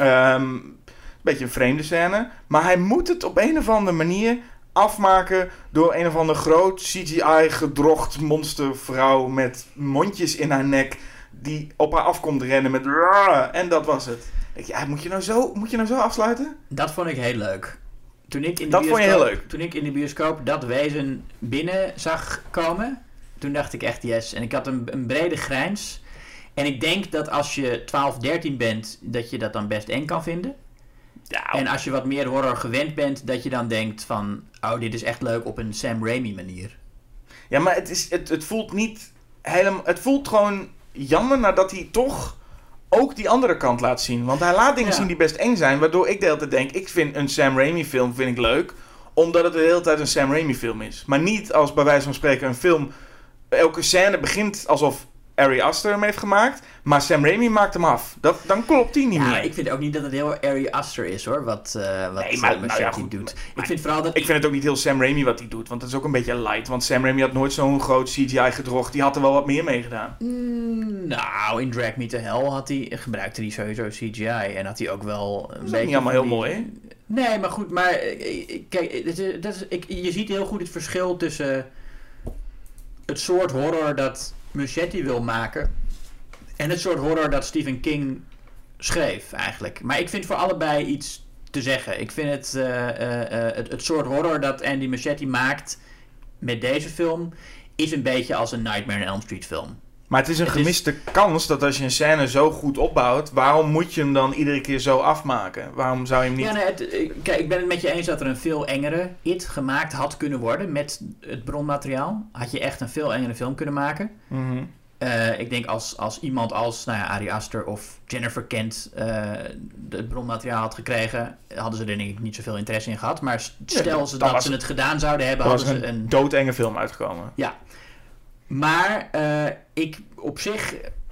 Beetje een vreemde scène. Maar hij moet het op een of andere manier afmaken door een of ander groot CGI gedrocht monstervrouw met mondjes in haar nek die op haar af komt rennen met en dat was het. Ja, moet je nou zo afsluiten? Dat vond ik heel leuk. Toen ik in de bioscoop dat wezen binnen zag komen, toen dacht ik echt yes. En ik had een brede grijns. En ik denk dat als je 12, 13 bent, dat je dat dan best eng kan vinden. Ja, en als je wat meer horror gewend bent, dat je dan denkt van, oh, dit is echt leuk op een Sam Raimi manier. Ja, maar het voelt niet helemaal. Het voelt gewoon jammer nadat hij toch ook die andere kant laat zien. Want hij laat dingen zien die best eng zijn, waardoor ik de hele tijd denk, ik vind een Sam Raimi film vind ik leuk, omdat het de hele tijd een Sam Raimi film is. Maar niet als bij wijze van spreken een film, elke scène begint alsof Ari Aster hem heeft gemaakt, maar Sam Raimi maakt hem af. Dan klopt die niet meer. Ja, ik vind ook niet dat het heel Ari Aster is, hoor, wat Machete doet. Ik vind het ook niet heel Sam Raimi wat hij doet, want dat is ook een beetje light. Want Sam Raimi had nooit zo'n groot CGI gedrocht. Die had er wel wat meer mee gedaan. Nou, in Drag Me to Hell gebruikte hij sowieso CGI. En had hij ook wel een beetje... niet allemaal heel mooi, hè? Nee, maar goed, maar kijk, je ziet heel goed het verschil tussen het soort horror dat Muschietti wil maken en het soort horror dat Stephen King schreef eigenlijk. Maar ik vind voor allebei iets te zeggen. Ik vind het soort horror dat Andy Muschietti maakt met deze film is een beetje als een Nightmare on Elm Street film. Maar het is een gemiste kans dat als je een scène zo goed opbouwt, waarom moet je hem dan iedere keer zo afmaken? Waarom zou je hem niet... Ja, nee, kijk, ik ben het met je eens dat er een veel engere It gemaakt had kunnen worden met het bronmateriaal. Had je echt een veel engere film kunnen maken. Mm-hmm. Ik denk als iemand als Ari Aster of Jennifer Kent het bronmateriaal had gekregen, hadden ze er denk ik niet zoveel interesse in gehad. Maar stel ze dat ze het gedaan zouden hebben, hadden ze een doodenge film uitgekomen. Ja. Maar ik op zich...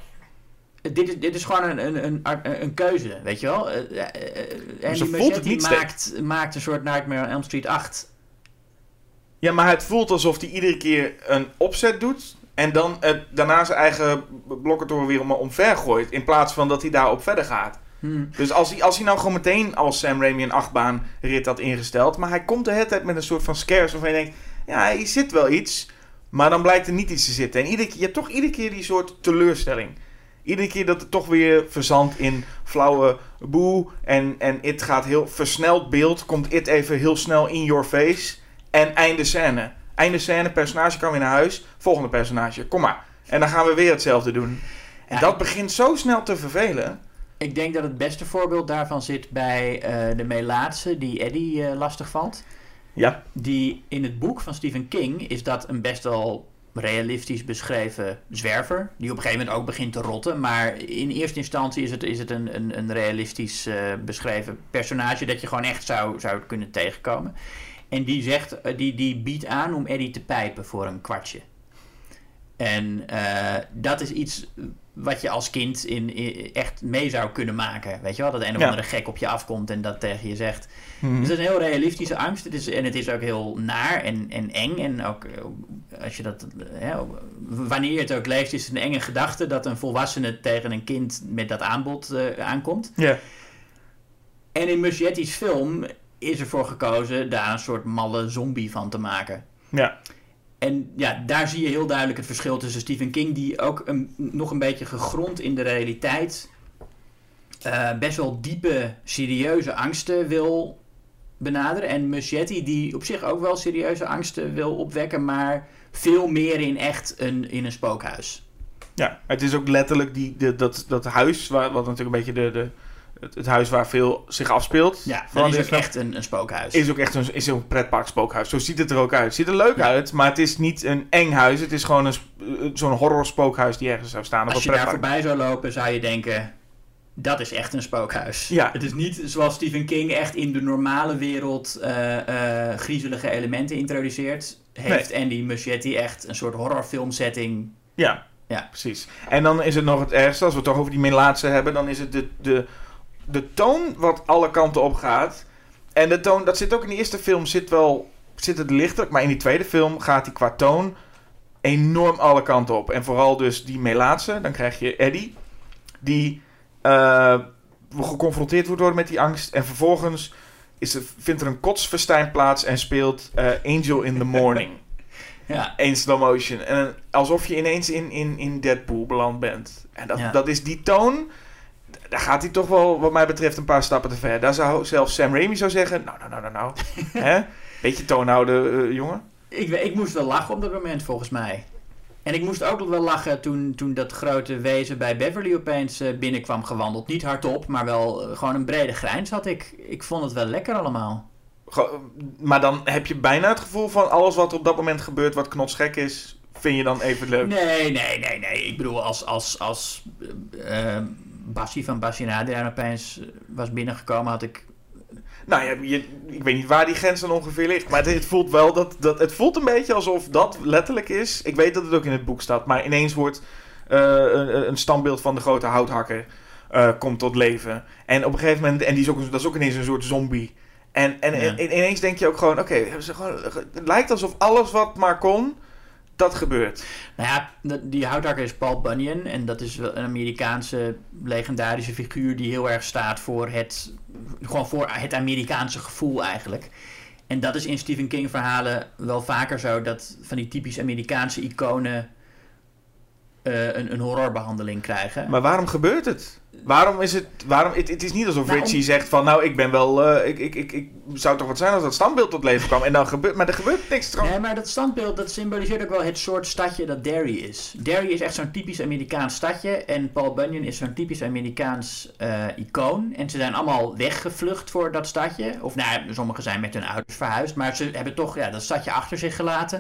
Dit is gewoon een keuze, weet je wel? Andy Muschietti maakt een soort Nightmare on Elm Street 8. Ja, maar het voelt alsof hij iedere keer een opzet doet en dan daarna zijn eigen blokkentoren weer omver gooit, in plaats van dat hij daarop verder gaat. Dus als hij nou gewoon meteen als Sam Raimi een 8-baanrit had ingesteld, maar hij komt de hele tijd met een soort van scares waarvan je denkt, ja, hier zit wel iets, maar dan blijkt er niet iets te zitten. En je hebt toch iedere keer die soort teleurstelling. Iedere keer dat het toch weer verzandt in flauwe boe en it gaat heel versneld beeld, komt it even heel snel in your face en einde scène. Einde scène, personage kan weer naar huis, volgende personage, kom maar. En dan gaan we weer hetzelfde doen. En dat begint zo snel te vervelen. Ik denk dat het beste voorbeeld daarvan zit bij de Melaatse die Eddie lastig valt. Ja. Die in het boek van Stephen King is dat een best wel realistisch beschreven zwerver. Die op een gegeven moment ook begint te rotten. Maar in eerste instantie is het een realistisch beschreven personage dat je gewoon echt zou kunnen tegenkomen. En die biedt aan om Eddie te pijpen voor een kwartje. En dat is iets wat je als kind echt mee zou kunnen maken. Weet je wel, dat een of andere gek op je afkomt en dat tegen je zegt. Dus dat is een heel realistische angst. Het is ook heel naar en eng. En ook als je dat, wanneer je het ook leest, is het een enge gedachte dat een volwassene tegen een kind met dat aanbod aankomt. Ja. En in Muschietti's film is ervoor gekozen daar een soort malle zombie van te maken. Ja. En ja, daar zie je heel duidelijk het verschil tussen Stephen King, die ook nog een beetje gegrond in de realiteit best wel diepe, serieuze angsten wil benaderen. En Muschietti, die op zich ook wel serieuze angsten wil opwekken, maar veel meer in in een spookhuis. Ja, het is ook letterlijk dat huis, wat natuurlijk een beetje het huis waar veel zich afspeelt. Ja, dat is ook echt een spookhuis. Is ook echt een pretpark spookhuis. Zo ziet het er ook uit. Het ziet er leuk uit, maar het is niet een eng huis. Het is gewoon zo'n horror spookhuis die ergens zou staan. Als je daar voorbij zou lopen, zou je denken, dat is echt een spookhuis. Ja. Het is niet zoals Stephen King echt in de normale wereld griezelige elementen introduceert. Heeft Andy Muschietti echt een soort horrorfilmsetting. Ja, precies. En dan is het nog het ergste, als we het toch over die melaatse hebben, dan is het de toon wat alle kanten op gaat. En de toon, dat zit ook in de eerste film, zit het lichter. Maar in die tweede film gaat die qua toon enorm alle kanten op. En vooral dus die melaatse. Dan krijg je Eddie. Die geconfronteerd wordt met die angst. En vervolgens vindt er een kotsfestijn plaats en speelt Angel in the Morning. Ja. In slow motion. En alsof je ineens in Deadpool beland bent. En dat is die toon. Daar gaat hij toch wel, wat mij betreft, een paar stappen te ver. Daar zou zelfs Sam Raimi zou zeggen, nou. Hè? Beetje toon houden, jongen. Ik moest wel lachen op dat moment, volgens mij. En ik moest ook wel lachen toen dat grote wezen bij Beverly opeens binnenkwam gewandeld. Niet hardop, maar wel gewoon een brede grijns had ik. Ik vond het wel lekker allemaal. Maar dan heb je bijna het gevoel van alles wat er op dat moment gebeurt, wat knotsgek is, vind je dan even leuk? Nee. Ik bedoel, als Bassie van Bassinade opeens was binnengekomen, had ik... Nou ja, ik weet niet waar die grens dan ongeveer ligt. Maar het voelt wel het voelt een beetje alsof dat letterlijk is. Ik weet dat het ook in het boek staat. Maar ineens wordt een standbeeld van de grote houthakker komt tot leven. En op een gegeven moment... En dat is ook ineens een soort zombie. En ineens denk je ook gewoon... Oké, het lijkt alsof alles wat maar kon... Dat gebeurt. Nou ja, die houthakker is Paul Bunyan. En dat is wel een Amerikaanse legendarische figuur die heel erg staat voor het Amerikaanse gevoel eigenlijk. En dat is in Stephen King verhalen wel vaker zo, dat van die typisch Amerikaanse iconen een horrorbehandeling krijgen. Maar waarom gebeurt het? Het is niet alsof Richie zegt van, nou, ik ben wel... Ik zou toch wat zijn als dat standbeeld tot leven kwam. En dan maar er gebeurt niks. Nee, maar dat standbeeld, dat symboliseert ook wel het soort stadje dat Derry is. Derry is echt zo'n typisch Amerikaans stadje. En Paul Bunyan is zo'n typisch Amerikaans icoon. En ze zijn allemaal weggevlucht voor dat stadje. Of nou, sommigen zijn met hun ouders verhuisd. Maar ze hebben toch dat stadje achter zich gelaten.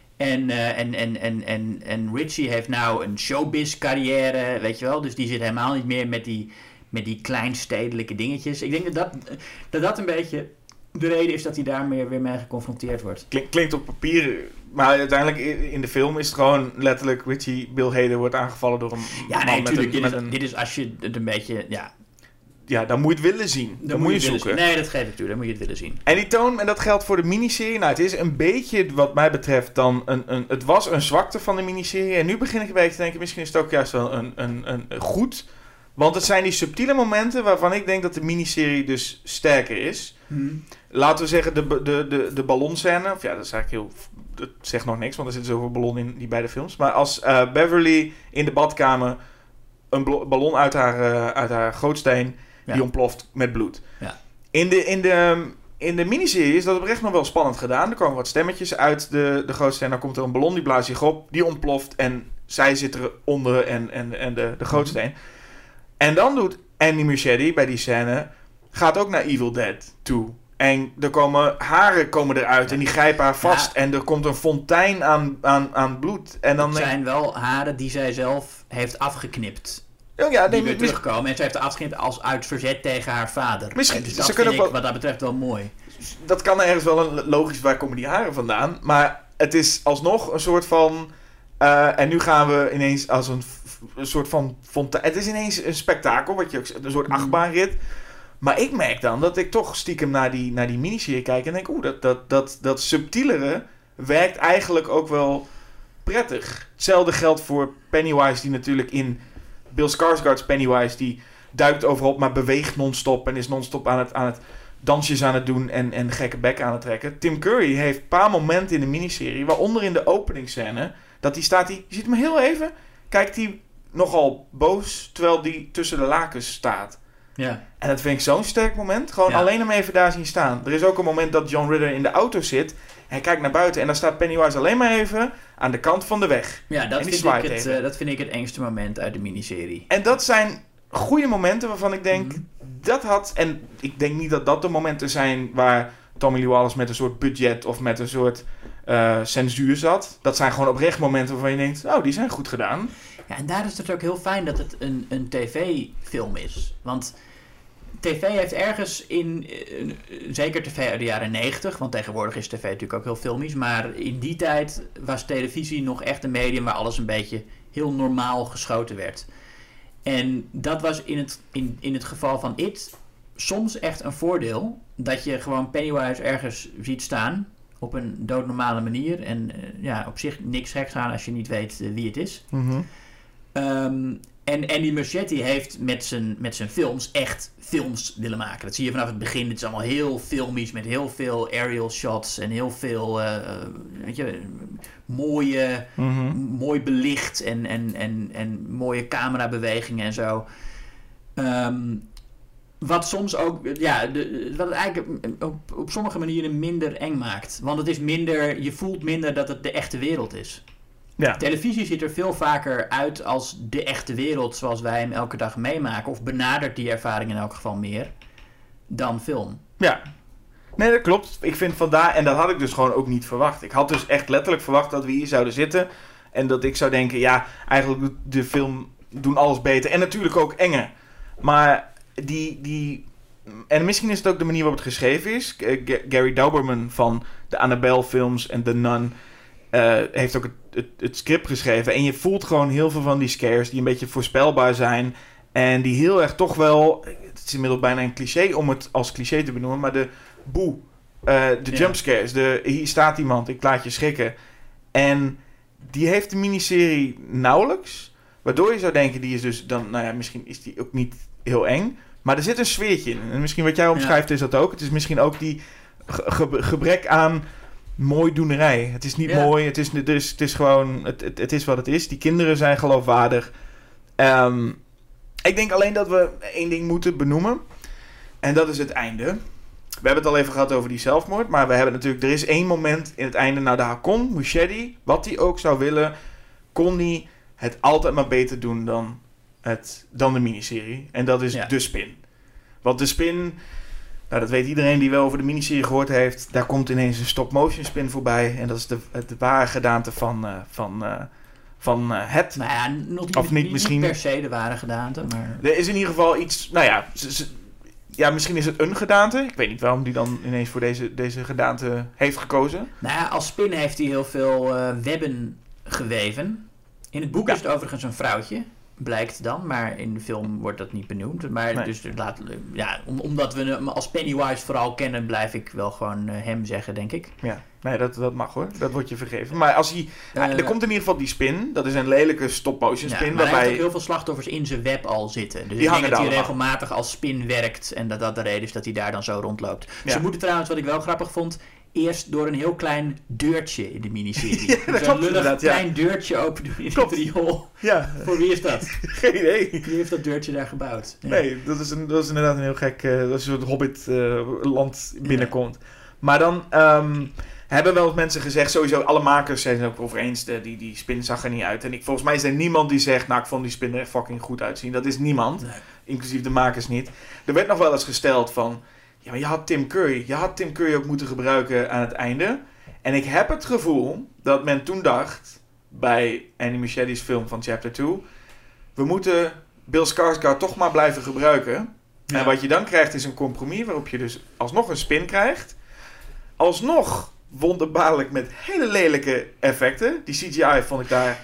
En Richie heeft nou een showbiz carrière, weet je wel. Dus die zit helemaal niet meer met die kleinstedelijke dingetjes. Ik denk dat een beetje de reden is dat hij daar weer mee geconfronteerd wordt. Klinkt op papier, maar uiteindelijk in de film is het gewoon letterlijk Richie Bill Hader wordt aangevallen door een man dit is als je het een beetje... Ja, dan moet je het willen zien. Dan moet je zoeken. Nee, dat geef ik toe. Dan moet je het willen zien. En die toon, en dat geldt voor de miniserie. Nou, het is een beetje, wat mij betreft, dan het was een zwakte van de miniserie. En nu begin ik een beetje te denken, misschien is het ook juist wel een goed. Want het zijn die subtiele momenten waarvan ik denk dat de miniserie dus sterker is. Laten we zeggen, de ballonscène. Of ja, dat is eigenlijk heel... Dat zegt nog niks, want er zit zoveel ballon in die beide films. Maar als Beverly in de badkamer een ballon uit haar gootsteen... Die ontploft met bloed. Ja. In de miniserie is dat oprecht nog wel spannend gedaan. Er komen wat stemmetjes uit de grootste. En dan komt er een ballon, die blaast zich op. Die ontploft en zij zit eronder en de grootsteen. En dan doet Andy Muschietti bij die scène... gaat ook naar Evil Dead toe. En haren komen eruit en die grijpen haar vast. Ja. En er komt een fontein aan bloed. En dan het zijn wel haren die zij zelf heeft afgeknipt... Ja, die weer terugkomen. En ze heeft er afgeknipt als uit verzet tegen haar vader. Misschien, dus dat vind ik wat dat betreft wel mooi. Dat kan ergens wel logisch, waar komen die haren vandaan? Maar het is alsnog een soort van... en nu gaan we ineens als een een soort van fontein. Het is ineens een spektakel, wat je ook een soort achtbaanrit. Maar ik merk dan dat ik toch stiekem naar die miniserie kijk en denk, dat subtielere werkt eigenlijk ook wel prettig. Hetzelfde geldt voor Pennywise, die natuurlijk in Bill Skarsgård's Pennywise, die duikt overal op, maar beweegt non-stop en is non-stop aan het dansjes aan het doen en gekke bek aan het trekken. Tim Curry heeft een paar momenten in de miniserie, waaronder in de openingsscène, dat hij staat, je ziet hem heel even, kijkt hij nogal boos, terwijl hij tussen de lakens staat. Ja. En dat vind ik zo'n sterk moment. Gewoon alleen hem even daar zien staan. Er is ook een moment dat John Ritter in de auto zit. Hij kijkt naar buiten en dan staat Pennywise alleen maar even aan de kant van de weg. Ja, dat vind ik het engste moment uit de miniserie. En dat zijn goede momenten waarvan ik denk, dat had... En ik denk niet dat dat de momenten zijn waar Tommy Lee Wallace met een soort budget of met een soort censuur zat. Dat zijn gewoon oprecht momenten waarvan je denkt, die zijn goed gedaan. Ja, en daar is het ook heel fijn dat het een tv-film is. Want tv heeft ergens zeker tv uit de jaren 90, want tegenwoordig is tv natuurlijk ook heel filmisch, maar in die tijd was televisie nog echt een medium waar alles een beetje heel normaal geschoten werd. En dat was in het geval van It soms echt een voordeel, dat je gewoon Pennywise ergens ziet staan op een doodnormale manier en op zich niks geks aan als je niet weet wie het is. En Andy Muschietti heeft met zijn films echt films willen maken. Dat zie je vanaf het begin. Het is allemaal heel filmisch met heel veel aerial shots en heel veel mooi belicht en mooie camerabewegingen en zo. Wat soms ook, wat het eigenlijk op sommige manieren minder eng maakt. Want het is je voelt minder dat het de echte wereld is. Ja. Televisie ziet er veel vaker uit als de echte wereld zoals wij hem elke dag meemaken. Of benadert die ervaring in elk geval meer dan film. Ja, nee, dat klopt. Ik vind vandaar, en dat had ik dus gewoon ook niet verwacht. Ik had dus echt letterlijk verwacht dat we hier zouden zitten. En dat ik zou denken, eigenlijk de film doen alles beter. En natuurlijk ook enger. Maar en misschien is het ook de manier waarop het geschreven is. Gary Dauberman van de Annabelle films en The Nun heeft ook het script geschreven. En je voelt gewoon heel veel van die scares die een beetje voorspelbaar zijn. En die heel erg toch wel... Het is inmiddels bijna een cliché om het als cliché te benoemen. Maar de jumpscares. Hier staat iemand, ik laat je schrikken. En die heeft de miniserie nauwelijks. Waardoor je zou denken, die is dus dan... misschien is die ook niet heel eng. Maar er zit een sfeertje in. En misschien wat jij omschrijft is dat ook. Het is misschien ook die gebrek aan mooidoenerij. Het is niet mooi. Het is gewoon... Het is wat het is. Die kinderen zijn geloofwaardig. Ik denk alleen dat we één ding moeten benoemen. En dat is het einde. We hebben het al even gehad over die zelfmoord. Maar we hebben natuurlijk... Er is één moment in het einde. Nou, daar kon Muschietti, wat hij ook zou willen... kon hij het altijd maar beter doen dan de miniserie. En dat is De Spin. Want De Spin... Nou, dat weet iedereen die wel over de miniserie gehoord heeft. Daar komt ineens een stop-motion spin voorbij. En dat is de ware gedaante van het. Nou ja, nog niet misschien per se de ware gedaante. Maar... Er is in ieder geval iets... Nou ja, misschien is het een gedaante. Ik weet niet waarom die dan ineens voor deze gedaante heeft gekozen. Nou ja, als spin heeft hij heel veel webben geweven. In het boek is het overigens een vrouwtje. Blijkt dan, maar in de film wordt dat niet benoemd. Maar dus omdat we hem als Pennywise vooral kennen, blijf ik wel gewoon hem zeggen, denk ik. Ja, nee, dat mag hoor. Dat wordt je vergeven. Maar als hij... er komt in ieder geval die spin. Dat is een lelijke stop-motion spin. Maar hij heeft ook heel veel slachtoffers in zijn web al zitten. Dus ik denk dat hij regelmatig als spin werkt. En dat de reden is dat hij daar dan zo rondloopt. Ja. Ze moeten trouwens, wat ik wel grappig vond... eerst door een heel klein deurtje in de miniserie. Zo'n lullig klein deurtje open doen in het riool. Ja. Voor wie is dat? Geen idee. Wie heeft dat deurtje daar gebouwd? Ja. Nee, dat is inderdaad een heel gek... dat is een soort Hobbit-land binnenkomt. Ja. Maar dan hebben wel mensen gezegd... Sowieso, alle makers zijn het ook over eens... Die spin zag er niet uit. En volgens mij is er niemand die zegt... Nou, ik vond die spin er fucking goed uitzien. Dat is niemand. Nee. Inclusief de makers niet. Er werd nog wel eens gesteld van... Ja, maar je had Tim Curry. Je had Tim Curry ook moeten gebruiken aan het einde. En ik heb het gevoel dat men toen dacht... bij Andy Muschietti's film van Chapter 2... we moeten Bill Skarsgård toch maar blijven gebruiken. Ja. En wat je dan krijgt is een compromis... waarop je dus alsnog een spin krijgt. Alsnog wonderbaarlijk met hele lelijke effecten. Die CGI vond ik daar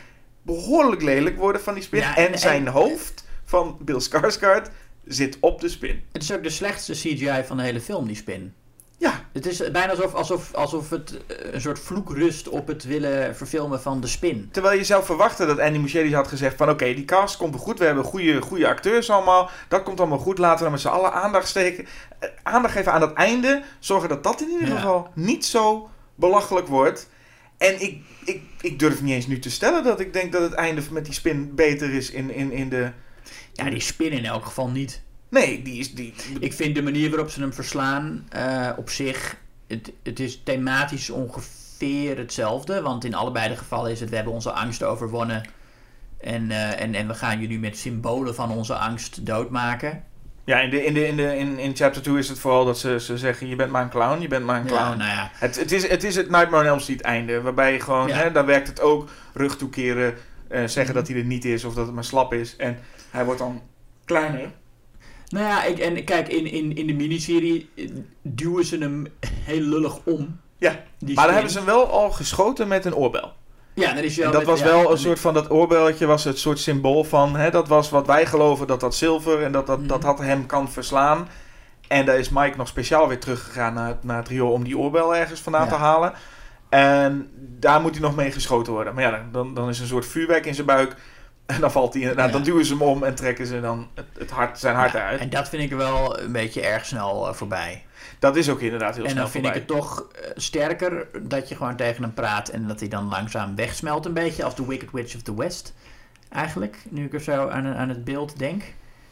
behoorlijk lelijk worden van die spin. Ja, en zijn hoofd van Bill Skarsgård zit op de spin. Het is ook de slechtste CGI van de hele film, die spin. Ja. Het is bijna alsof het een soort vloek rust op het willen verfilmen van de spin. Terwijl je zou verwachten dat Andy Muschietti had gezegd van oké, die cast komt goed, we hebben goede acteurs allemaal, dat komt allemaal goed, laten we dan met z'n allen aandacht steken. Aandacht geven aan dat einde, zorgen dat dat in ieder geval niet zo belachelijk wordt. En ik durf niet eens nu te stellen dat ik denk dat het einde met die spin beter is in de... Ja, die spin in elk geval niet. Nee, die is... Ik vind de manier waarop ze hem verslaan op zich... Het is thematisch ongeveer hetzelfde. Want in allebei de gevallen is het... We hebben onze angst overwonnen. En we gaan jullie met symbolen van onze angst doodmaken. Ja, in chapter 2 is het vooral dat ze zeggen... Je bent maar een clown, je bent maar een clown. Ja, nou ja. Het is het Nightmare on Elm Street einde. Waarbij je gewoon... Ja. Hè, daar werkt het ook. Rug toekeren. Zeggen dat hij er niet is. Of dat het maar slap is. En hij wordt dan kleiner. Nou ja, kijk, in de miniserie duwen ze hem heel lullig om. Ja, maar dan hebben ze hem wel al geschoten met een oorbel. Ja, dat is wel... En dat was wel een soort van... Dat oorbelletje was het soort symbool van... Hè, dat was wat wij geloven dat zilver... En dat had hem kan verslaan. En daar is Mike nog speciaal weer teruggegaan naar het riool... Om die oorbel ergens vandaan te halen. En daar moet hij nog mee geschoten worden. Maar ja, dan is een soort vuurwerk in zijn buik... En dan valt hij inderdaad, dan duwen ze hem om en trekken ze dan zijn hart eruit. En dat vind ik wel een beetje erg snel voorbij. Dat is ook inderdaad heel snel voorbij. En dan vind ik het toch sterker dat je gewoon tegen hem praat en dat hij dan langzaam wegsmelt. Een beetje als The Wicked Witch of the West. Eigenlijk, nu ik er zo aan het beeld denk.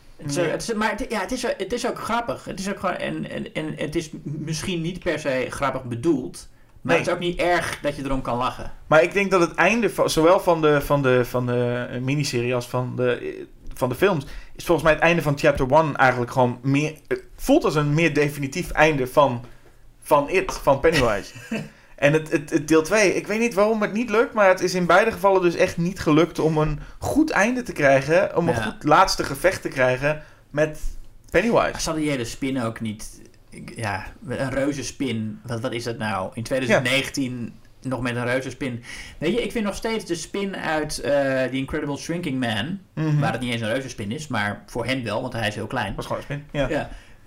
Het is ook grappig. Het is ook gewoon, en het is misschien niet per se grappig bedoeld. Maar het is ook niet erg dat je erom kan lachen. Maar ik denk dat het einde, zowel van de miniserie als van de films... is volgens mij het einde van chapter 1 eigenlijk gewoon meer... voelt als een meer definitief einde van Pennywise. En het deel 2, ik weet niet waarom het niet lukt... maar het is in beide gevallen dus echt niet gelukt om een goed einde te krijgen... om een goed laatste gevecht te krijgen met Pennywise. Ze hadden die hele spin ook niet... Ja, een reuzenspin. Wat is dat nou? In 2019 nog met een reuzenspin. Weet je, ik vind nog steeds de spin uit The Incredible Shrinking Man... waar het niet eens een reuzenspin is, maar voor hen wel, want hij is heel klein. Dat was gewoon een spin, ja.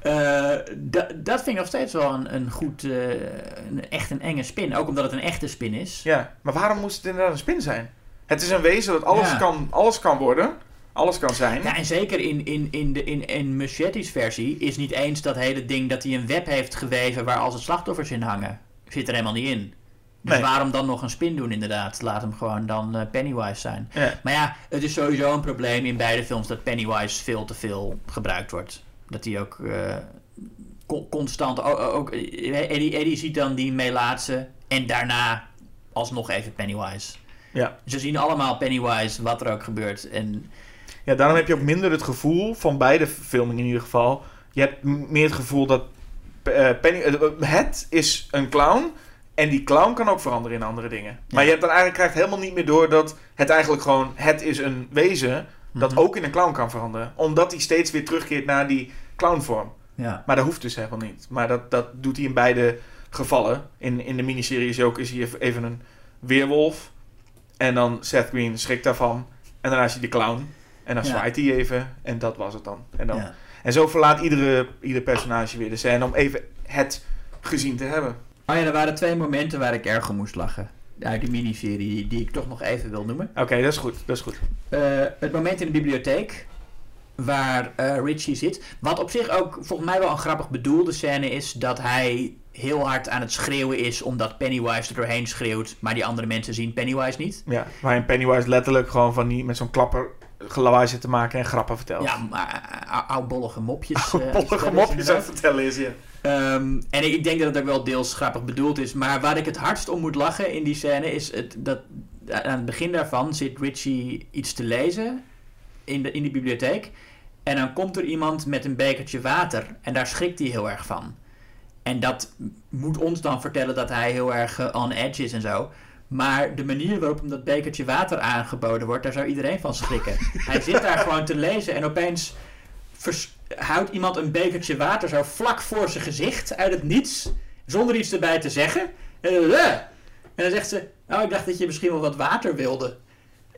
Dat vind ik nog steeds wel een goed... echt een enge spin. Ook omdat het een echte spin is. Ja, maar waarom moest het inderdaad een spin zijn? Het is een wezen dat alles kan worden... Alles kan zijn. Ja, en zeker in Muschietti's versie is niet eens dat hele ding dat hij een web heeft geweven waar al zijn slachtoffers in hangen. Zit er helemaal niet in. Dus waarom dan nog een spin doen inderdaad? Laat hem gewoon dan Pennywise zijn. Ja. Maar ja, het is sowieso een probleem in beide films dat Pennywise veel te veel gebruikt wordt. Dat hij ook constant... Ook Eddie ziet dan die Melaatse en daarna alsnog even Pennywise. Ja. Ze zien allemaal Pennywise, wat er ook gebeurt. En... Ja, daarom heb je ook minder het gevoel, van beide filmingen in ieder geval... Je hebt meer het gevoel dat het is een clown... en die clown kan ook veranderen in andere dingen. Ja. Maar je hebt dan eigenlijk krijgt helemaal niet meer door dat het eigenlijk gewoon... Het is een wezen dat ook in een clown kan veranderen. Omdat hij steeds weer terugkeert naar die clownvorm. Ja. Maar dat hoeft dus helemaal niet. Maar dat doet hij in beide gevallen. In de miniserie is hij even een weerwolf... En dan Seth Green schrikt daarvan. En daarna is hij de clown. En dan zwaait hij even. En dat was het dan. En zo verlaat ieder personage weer de scène om even het gezien te hebben. Oh ja, er waren 2 momenten waar ik erg om moest lachen. Uit die miniserie die ik toch nog even wil noemen. Oké, dat is goed. Het moment in de bibliotheek waar Richie zit. Wat op zich ook volgens mij wel een grappig bedoelde scène is. Dat hij heel hard aan het schreeuwen is omdat Pennywise er doorheen schreeuwt. Maar die andere mensen zien Pennywise niet. Ja, waarin Pennywise letterlijk gewoon met zo'n klapper lawaai zit te maken en grappen vertelt. Ja, maar oudbollige mopjes. Oudbollige mopjes aan het vertellen is, ja. En ik denk dat het ook wel deels grappig bedoeld is. Maar waar ik het hardst om moet lachen in die scène is dat aan het begin daarvan zit Richie iets te lezen in de bibliotheek. En dan komt er iemand met een bekertje water en daar schrikt hij heel erg van. En dat moet ons dan vertellen dat hij heel erg on edge is en zo. Maar de manier waarop hem dat bekertje water aangeboden wordt, daar zou iedereen van schrikken. Hij zit daar gewoon te lezen en opeens houdt iemand een bekertje water zo vlak voor zijn gezicht uit het niets, zonder iets erbij te zeggen. En dan zegt ze, ik dacht dat je misschien wel wat water wilde.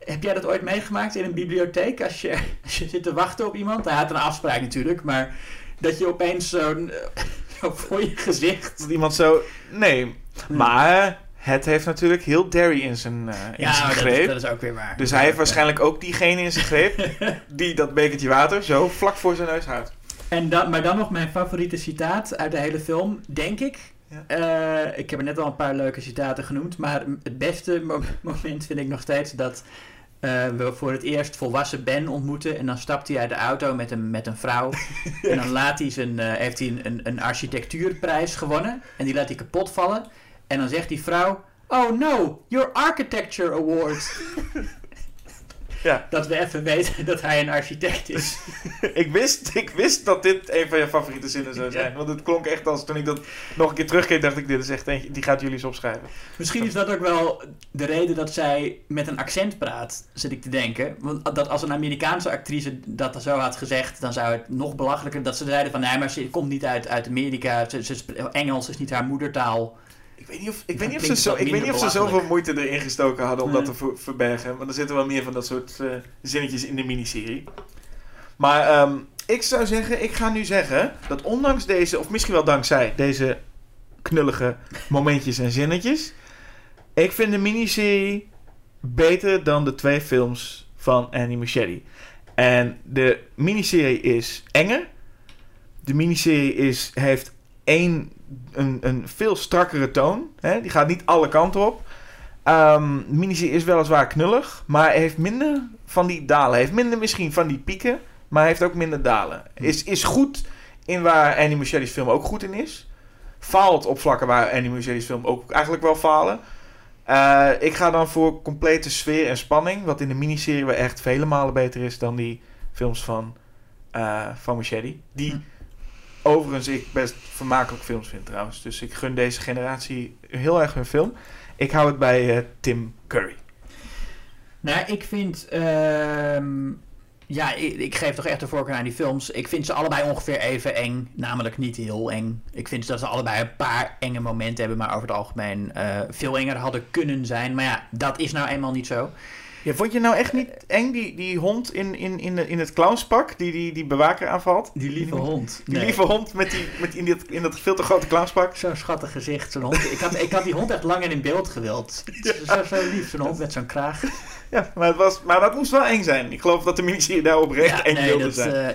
Heb jij dat ooit meegemaakt in een bibliotheek? Als je zit te wachten op iemand. Hij had een afspraak natuurlijk, maar dat je opeens zo voor je gezicht... Dat iemand zo... Nee, maar het heeft natuurlijk heel Derry in zijn greep. Dat is ook weer waar. Dus hij heeft waarschijnlijk ook diegene in zijn greep die dat bekertje water zo vlak voor zijn neus houdt. Maar dan nog mijn favoriete citaat uit de hele film, denk ik. Ja. Ik heb er net al een paar leuke citaten genoemd, maar het beste moment vind ik nog steeds dat we voor het eerst volwassen Ben ontmoeten en dan stapt hij uit de auto met een vrouw en dan heeft hij een architectuurprijs gewonnen en die laat hij kapot vallen en dan zegt die vrouw, oh no, your architecture award. Ja. Dat we even weten dat hij een architect is. ik wist dat dit een van je favoriete zinnen zou zijn. Want het klonk echt als toen ik dat nog een keer terugkeek, dacht ik, dit is echt eentje, die gaat jullie eens opschrijven. Misschien is dat ook wel de reden dat zij met een accent praat, zit ik te denken. Want dat als een Amerikaanse actrice dat zo had gezegd, dan zou het nog belachelijker dat ze zeiden van, nee, maar ze komt niet uit Amerika, Engels is niet haar moedertaal. Ik weet niet of ze zoveel moeite erin gestoken hadden om dat te verbergen. Want er zitten wel meer van dat soort zinnetjes in de miniserie. Maar ik ga nu zeggen dat ondanks deze, of misschien wel dankzij deze knullige momentjes en zinnetjes, ik vind de miniserie beter dan de 2 films van Andy Muschietti. En de miniserie is enger. De miniserie heeft een veel strakkere toon. Hè? Die gaat niet alle kanten op. De miniserie is weliswaar knullig, maar heeft minder van die dalen. Heeft minder misschien van die pieken, maar heeft ook minder dalen. Is goed in waar Andy Muschiett's film ook goed in is. Faalt op vlakken waar Andy Muschiett's film ook eigenlijk wel falen. Ik ga dan voor complete sfeer en spanning, wat in de miniserie wel echt vele malen beter is dan die films van Muschietti. Die overigens ik best vermakelijk films vind trouwens. Dus ik gun deze generatie heel erg hun film. Ik hou het bij Tim Curry. Nou, ik vind... ik geef toch echt de voorkeur aan die films. Ik vind ze allebei ongeveer even eng. Namelijk niet heel eng. Ik vind dat ze allebei een paar enge momenten hebben. Maar over het algemeen veel enger hadden kunnen zijn. Maar ja, dat is nou eenmaal niet zo. Ja, vond je nou echt niet eng die hond in het clownspak die bewaker aanvalt? Die lieve hond. Die lieve hond in dat veel te grote clownspak. Zo'n schattig gezicht, zo'n hond. Ik had die hond echt langer in beeld gewild. Ja. Zo lief, zo'n hond met zo'n kraag. Ja, maar dat moest wel eng zijn. Ik geloof dat de miniserie daar oprecht eng wilde zijn.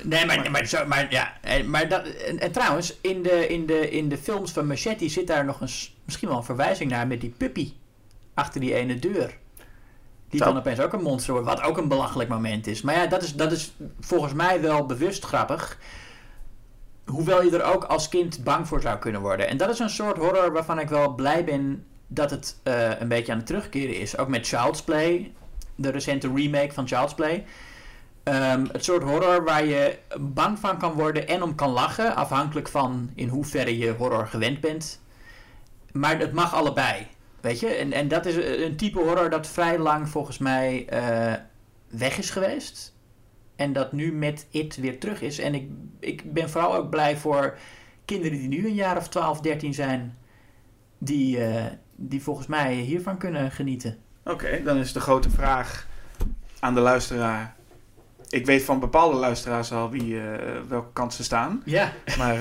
En trouwens, in de films van Muschietti zit daar nog misschien wel een verwijzing naar met die puppy achter die ene deur. Die dan opeens ook een monster wordt, wat ook een belachelijk moment is. Maar ja, dat is volgens mij wel bewust grappig. Hoewel je er ook als kind bang voor zou kunnen worden. En dat is een soort horror waarvan ik wel blij ben dat het een beetje aan het terugkeren is. Ook met Child's Play, de recente remake van Child's Play. Het soort horror waar je bang van kan worden en om kan lachen. Afhankelijk van in hoeverre je horror gewend bent. Maar het mag allebei. Weet je, en dat is een type horror dat vrij lang volgens mij weg is geweest. En dat nu met It weer terug is. En ik ben vooral ook blij voor kinderen die nu een jaar of 12, 13 zijn. Die volgens mij hiervan kunnen genieten. Oké, dan is de grote vraag aan de luisteraar. Ik weet van bepaalde luisteraars al welke kant ze staan. Ja.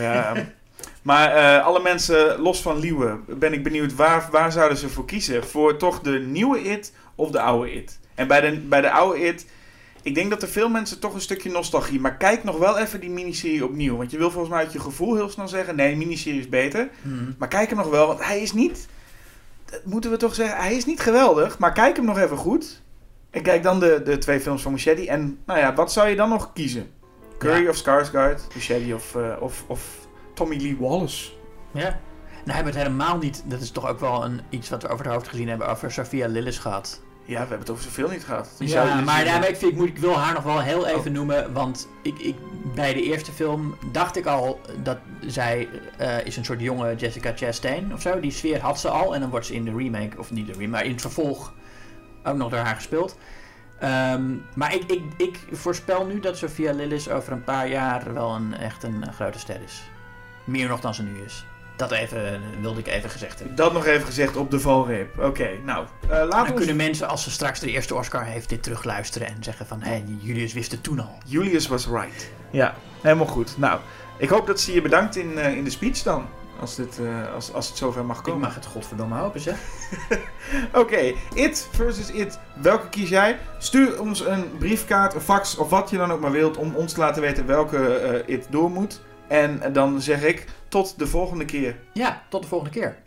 Maar alle mensen, los van Liewe, ben ik benieuwd waar zouden ze voor kiezen? Voor toch de nieuwe It of de oude It? En bij de oude It, ik denk dat er veel mensen toch een stukje nostalgie, maar kijk nog wel even die miniserie opnieuw. Want je wil volgens mij uit je gevoel heel snel zeggen, nee, de miniserie is beter. Maar kijk hem nog wel, want hij is niet, dat moeten we toch zeggen, hij is niet geweldig, maar kijk hem nog even goed. En kijk dan de 2 films van Muschietti. En nou ja, wat zou je dan nog kiezen? Curry of Skarsgård, Muschietti of Tommy Lee Wallace? Ja. Nou hebben we het helemaal niet, dat is toch ook wel iets wat we over het hoofd gezien hebben, over Sophia Lillis gehad. Ja, we hebben het over zoveel niet gehad. Ik wil haar nog wel heel even noemen, want bij de eerste film dacht ik al dat zij is een soort jonge Jessica Chastain of zo. Die sfeer had ze al en dan wordt ze in de remake, of niet de remake, maar in het vervolg ook nog door haar gespeeld. Maar ik voorspel nu dat Sophia Lillis over een paar jaar wel echt een grote ster is. Meer nog dan ze nu is. Dat wilde ik even gezegd hebben. Dat nog even gezegd op de valreep. Oké, nou, Dan kunnen mensen, als ze straks de eerste Oscar heeft, dit terugluisteren en zeggen van, Julius wist het toen al. Julius was right. Ja, helemaal goed. Nou, ik hoop dat ze je bedankt in de speech dan. Als het zover mag komen. Ik mag het godverdomme hopen, zeg. Oké, It versus It. Welke kies jij? Stuur ons een briefkaart, een fax of wat je dan ook maar wilt om ons te laten weten welke It door moet. En dan zeg ik tot de volgende keer. Ja, tot de volgende keer.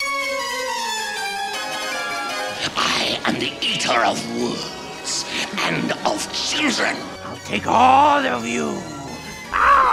I am the eater of worlds and of children. I'll take all of you. Ah!